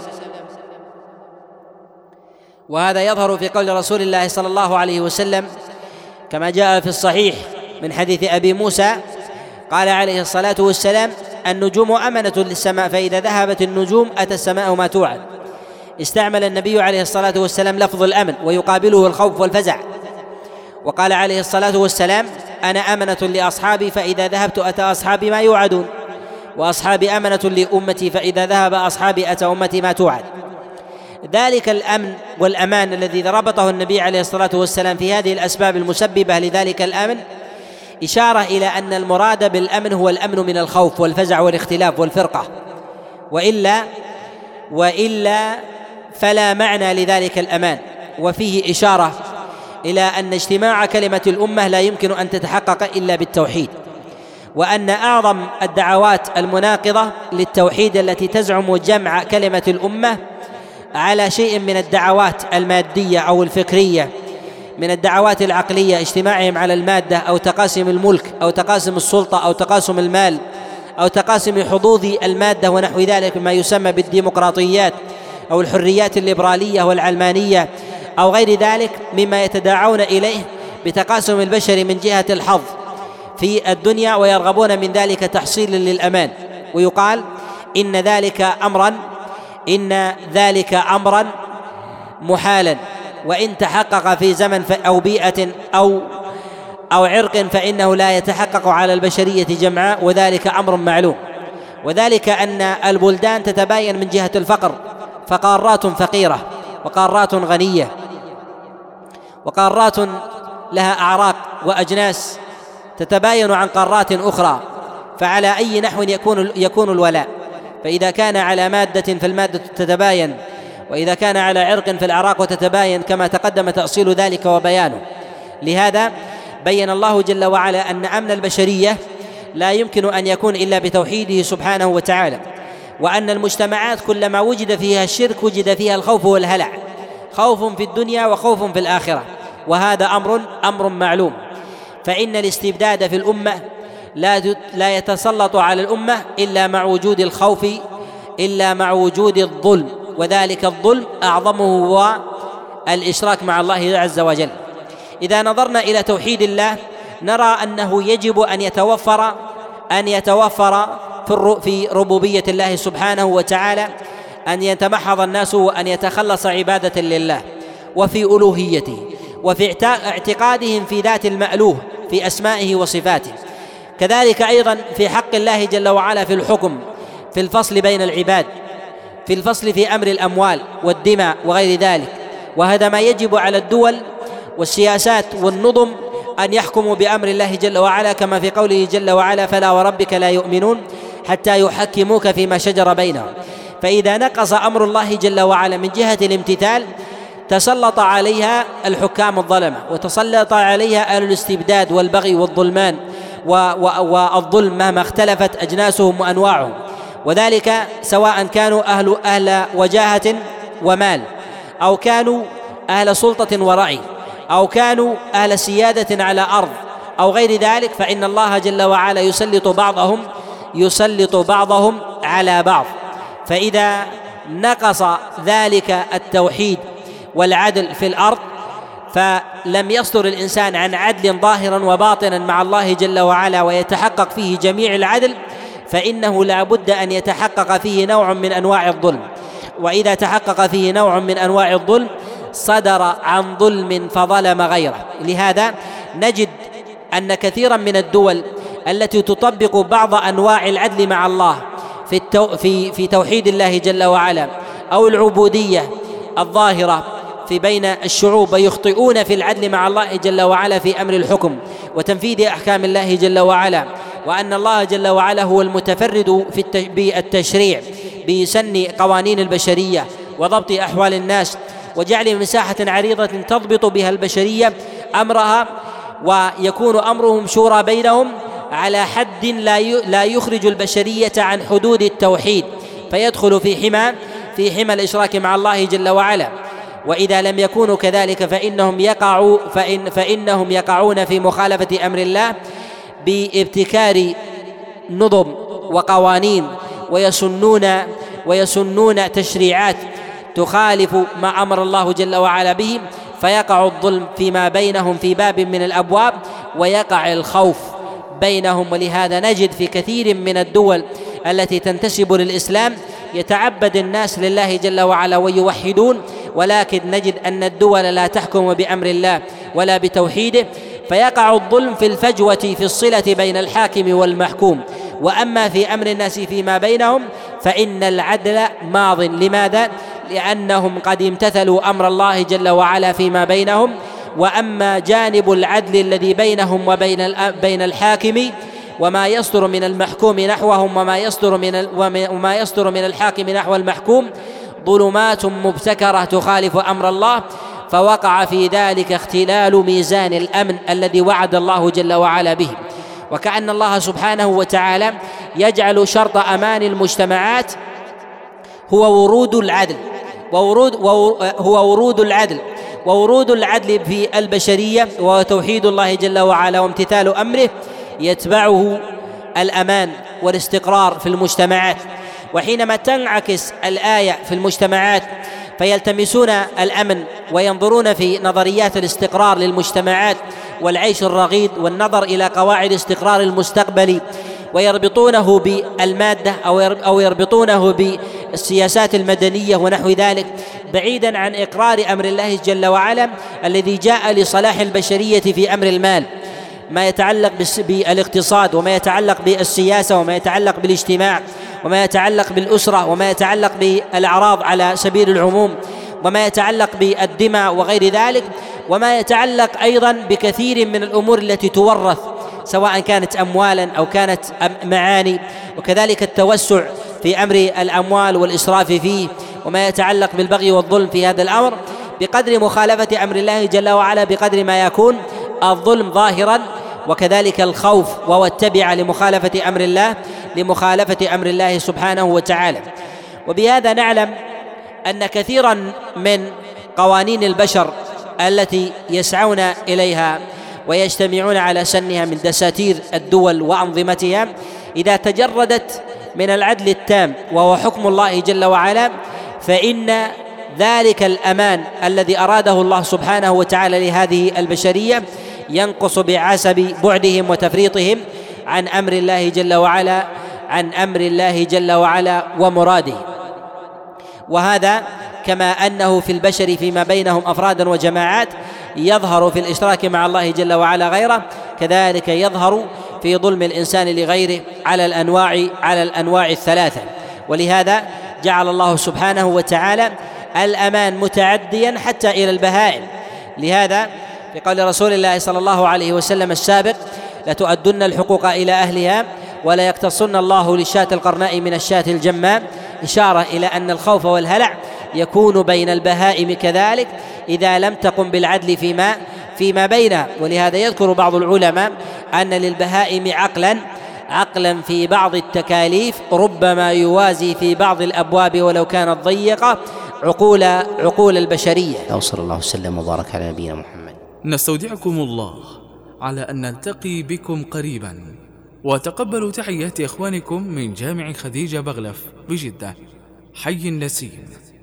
Speaker 2: كما جاء في الصحيح من حديث أبي موسى قال عليه الصلاة والسلام: النجوم أمنة للسماء فإذا ذهبت النجوم أتى السماء ما توعد. استعمل النبي عليه الصلاة والسلام لفظ الأمن ويقابله الخوف والفزع، وقال عليه الصلاة والسلام: أنا أمنة لأصحابي فإذا ذهبت أتى أصحابي ما يوعدون، وأصحابي أمنة لأمتي فإذا ذهب أصحابي أتى أمتي ما توعد. ذلك الأمن والأمان الذي ربطه النبي عليه الصلاة والسلام في هذه الأسباب المسببة لذلك الأمن إشارة إلى أن المراد بالأمن هو الأمن من الخوف والفزع والاختلاف والفرقة، وإلا فلا معنى لذلك الأمان. وفيه إشارة إلى أن اجتماع كلمة الأمة لا يمكن أن تتحقق إلا بالتوحيد، وأن أعظم الدعوات المناقضة للتوحيد التي تزعم جمع كلمة الأمة على شيء من الدعوات المادية أو الفكرية، من الدعوات العقلية، اجتماعهم على المادة أو تقاسم الملك أو تقاسم السلطة أو تقاسم المال أو تقاسم حظوظ المادة ونحو ذلك مما يسمى بالديمقراطيات أو الحريات الليبرالية والعلمانية أو غير ذلك مما يتداعون إليه بتقاسم البشر من جهة الحظ في الدنيا، ويرغبون من ذلك تحصيلا للأمان. ويقال إن ذلك أمرا محالا، وإن تحقق في زمن أو بيئة أو عرق فإنه لا يتحقق على البشرية جمعاء، وذلك أمر معلوم. وذلك أن البلدان تتباين من جهة الفقر، فقارات فقيرة وقارات غنية وقارات لها أعراق وأجناس تتباين عن قارات أخرى، فعلى أي نحو يكون الولاء. فإذا كان على مادة فالمادة تتباين، وإذا كان على عرق فالأعراق تتباين كما تقدم تأصيل ذلك وبيانه. لهذا بين الله جل وعلا أن أمن البشرية لا يمكن أن يكون إلا بتوحيده سبحانه وتعالى، وأن المجتمعات كلما وجد فيها الشرك وجد فيها الخوف والهلع، خوف في الدنيا وخوف في الآخرة، وهذا أمر معلوم. فإن الاستبداد في الأمة لا يتسلط على الأمة إلا مع وجود الخوف، إلا مع وجود الظلم، وذلك الظلم أعظمه هو الإشراك مع الله عز وجل. إذا نظرنا إلى توحيد الله نرى أنه يجب أن يتوفر في ربوبية الله سبحانه وتعالى، أن يتمحض الناس وأن يتخلص عبادة لله، وفي ألوهيته، وفي اعتقادهم في ذات المألوه في أسمائه وصفاته. كذلك أيضا في حق الله جل وعلا في الحكم، في الفصل بين العباد، في الفصل في أمر الأموال والدماء وغير ذلك. وهذا ما يجب على الدول والسياسات والنظم أن يحكموا بأمر الله جل وعلا، كما في قوله جل وعلا: فلا وربك لا يؤمنون حتى يحكموك فيما شجر بينهم. فإذا نقص أمر الله جل وعلا من جهة الامتثال تسلط عليها الحكام الظلمة، وتسلط عليها أهل الاستبداد والبغي والظلمان والظلم مهما اختلفت أجناسهم وأنواعهم، وذلك سواء كانوا أهل وجاهة ومال، أو كانوا أهل سلطة ورعي، أو كانوا أهل سيادة على أرض أو غير ذلك، فإن الله جل وعلا يسلط بعضهم على بعض. فإذا نقص ذلك التوحيد والعدل في الأرض فلم يصدر الإنسان عن عدل ظاهرا وباطنا مع الله جل وعلا ويتحقق فيه جميع العدل، فإنه لا بد أن يتحقق فيه نوع من أنواع الظلم. وإذا تحقق فيه نوع من أنواع الظلم صدر عن ظلم فظلم غيره. لهذا نجد أن كثيرا من الدول التي تطبق بعض أنواع العدل مع الله في توحيد الله جل وعلا أو العبودية الظاهرة في بين الشعوب، ويخطئون في العدل مع الله جل وعلا في أمر الحكم وتنفيذ أحكام الله جل وعلا، وأن الله جل وعلا هو المتفرد بالتشريع بسن قوانين البشرية وضبط أحوال الناس وجعل مساحة عريضة تضبط بها البشرية أمرها، ويكون أمرهم شورى بينهم على حد لا يخرج البشرية عن حدود التوحيد، فيدخل في حمى الإشراك مع الله جل وعلا. وإذا لم يكونوا كذلك فإنهم يقعون في مخالفة أمر الله بابتكار نظم وقوانين، ويسنون تشريعات تخالف ما أمر الله جل وعلا به، فيقع الظلم فيما بينهم في باب من الأبواب، ويقع الخوف بينهم. ولهذا نجد في كثير من الدول التي تنتسب للإسلام يتعبد الناس لله جل وعلا ويوحدون، ولكن نجد أن الدول لا تحكم بأمر الله ولا بتوحيده، فيقع الظلم في الفجوة في الصلة بين الحاكم والمحكوم. وأما في أمر الناس فيما بينهم فإن العدل ماض. لماذا؟ لأنهم قد امتثلوا أمر الله جل وعلا فيما بينهم. وأما جانب العدل الذي بينهم وبين الحاكم وما يصدر من المحكوم نحوهم وما يصدر من الحاكم نحو المحكوم ظلمات مبتكرة تخالف أمر الله، فوقع في ذلك اختلال ميزان الأمن الذي وعد الله جل وعلا به. وكأن الله سبحانه وتعالى يجعل شرط أمان المجتمعات هو ورود العدل في البشرية، وتوحيد الله جل وعلا وامتثال أمره يتبعه الأمان والاستقرار في المجتمعات. وحينما تنعكس الآية في المجتمعات فيلتمسون الأمن وينظرون في نظريات الاستقرار للمجتمعات والعيش الرغيد والنظر إلى قواعد استقرار المستقبل، ويربطونه بالمادة أو يربطونه بالسياسات المدنية ونحو ذلك، بعيدا عن إقرار أمر الله جل وعلا الذي جاء لصلاح البشرية في أمر المال، ما يتعلق بالاقتصاد، وما يتعلق بالسياسة، وما يتعلق بالاجتماع، وما يتعلق بالأسرة، وما يتعلق بالأعراض على سبيل العموم، وما يتعلق بالدماء وغير ذلك، وما يتعلق أيضا بكثير من الأمور التي تورث سواء كانت أموالا أو كانت معاني، وكذلك التوسع في أمر الأموال والإسراف فيه، وما يتعلق بالبغي والظلم في هذا الأمر. بقدر مخالفة أمر الله جل وعلا بقدر ما يكون الظلم ظاهرا، وكذلك الخوف، وهو التبع لمخالفة أمر الله سبحانه وتعالى. وبهذا نعلم أن كثيرا من قوانين البشر التي يسعون إليها ويجتمعون على سنها من دساتير الدول وأنظمتها، إذا تجردت من العدل التام وهو حكم الله جل وعلا، فإن ذلك الأمان الذي أراده الله سبحانه وتعالى لهذه البشرية ينقص بحسب بعدهم وتفريطهم عن أمر الله جل وعلا ومراده. وهذا كما أنه في البشر فيما بينهم أفرادا وجماعات يظهر في الإشراك مع الله جل وعلا غيره، كذلك يظهر في ظلم الإنسان لغيره على الأنواع الثلاثة. ولهذا جعل الله سبحانه وتعالى الأمان متعديا حتى إلى البهائم. لهذا في قول رسول الله صلى الله عليه وسلم السابق: لتؤدن الحقوق إلى أهلها ولا يقتصن الله للشاة القرناء من الشاة الجماء، إشارة إلى أن الخوف والهلع يكون بين البهائم كذلك إذا لم تقم بالعدل فيما بينها. ولهذا يذكر بعض العلماء أن للبهائم عقلا في بعض التكاليف ربما يوازي في بعض الأبواب ولو كانت ضيقة عقول البشرية. صلى الله وسلم وبارك على نبينا محمد.
Speaker 1: نستودعكم الله على أن نلتقي بكم قريبا، وتقبلوا تحيات إخوانكم من جامع خديجة بغلف بجدة. حي النسيم.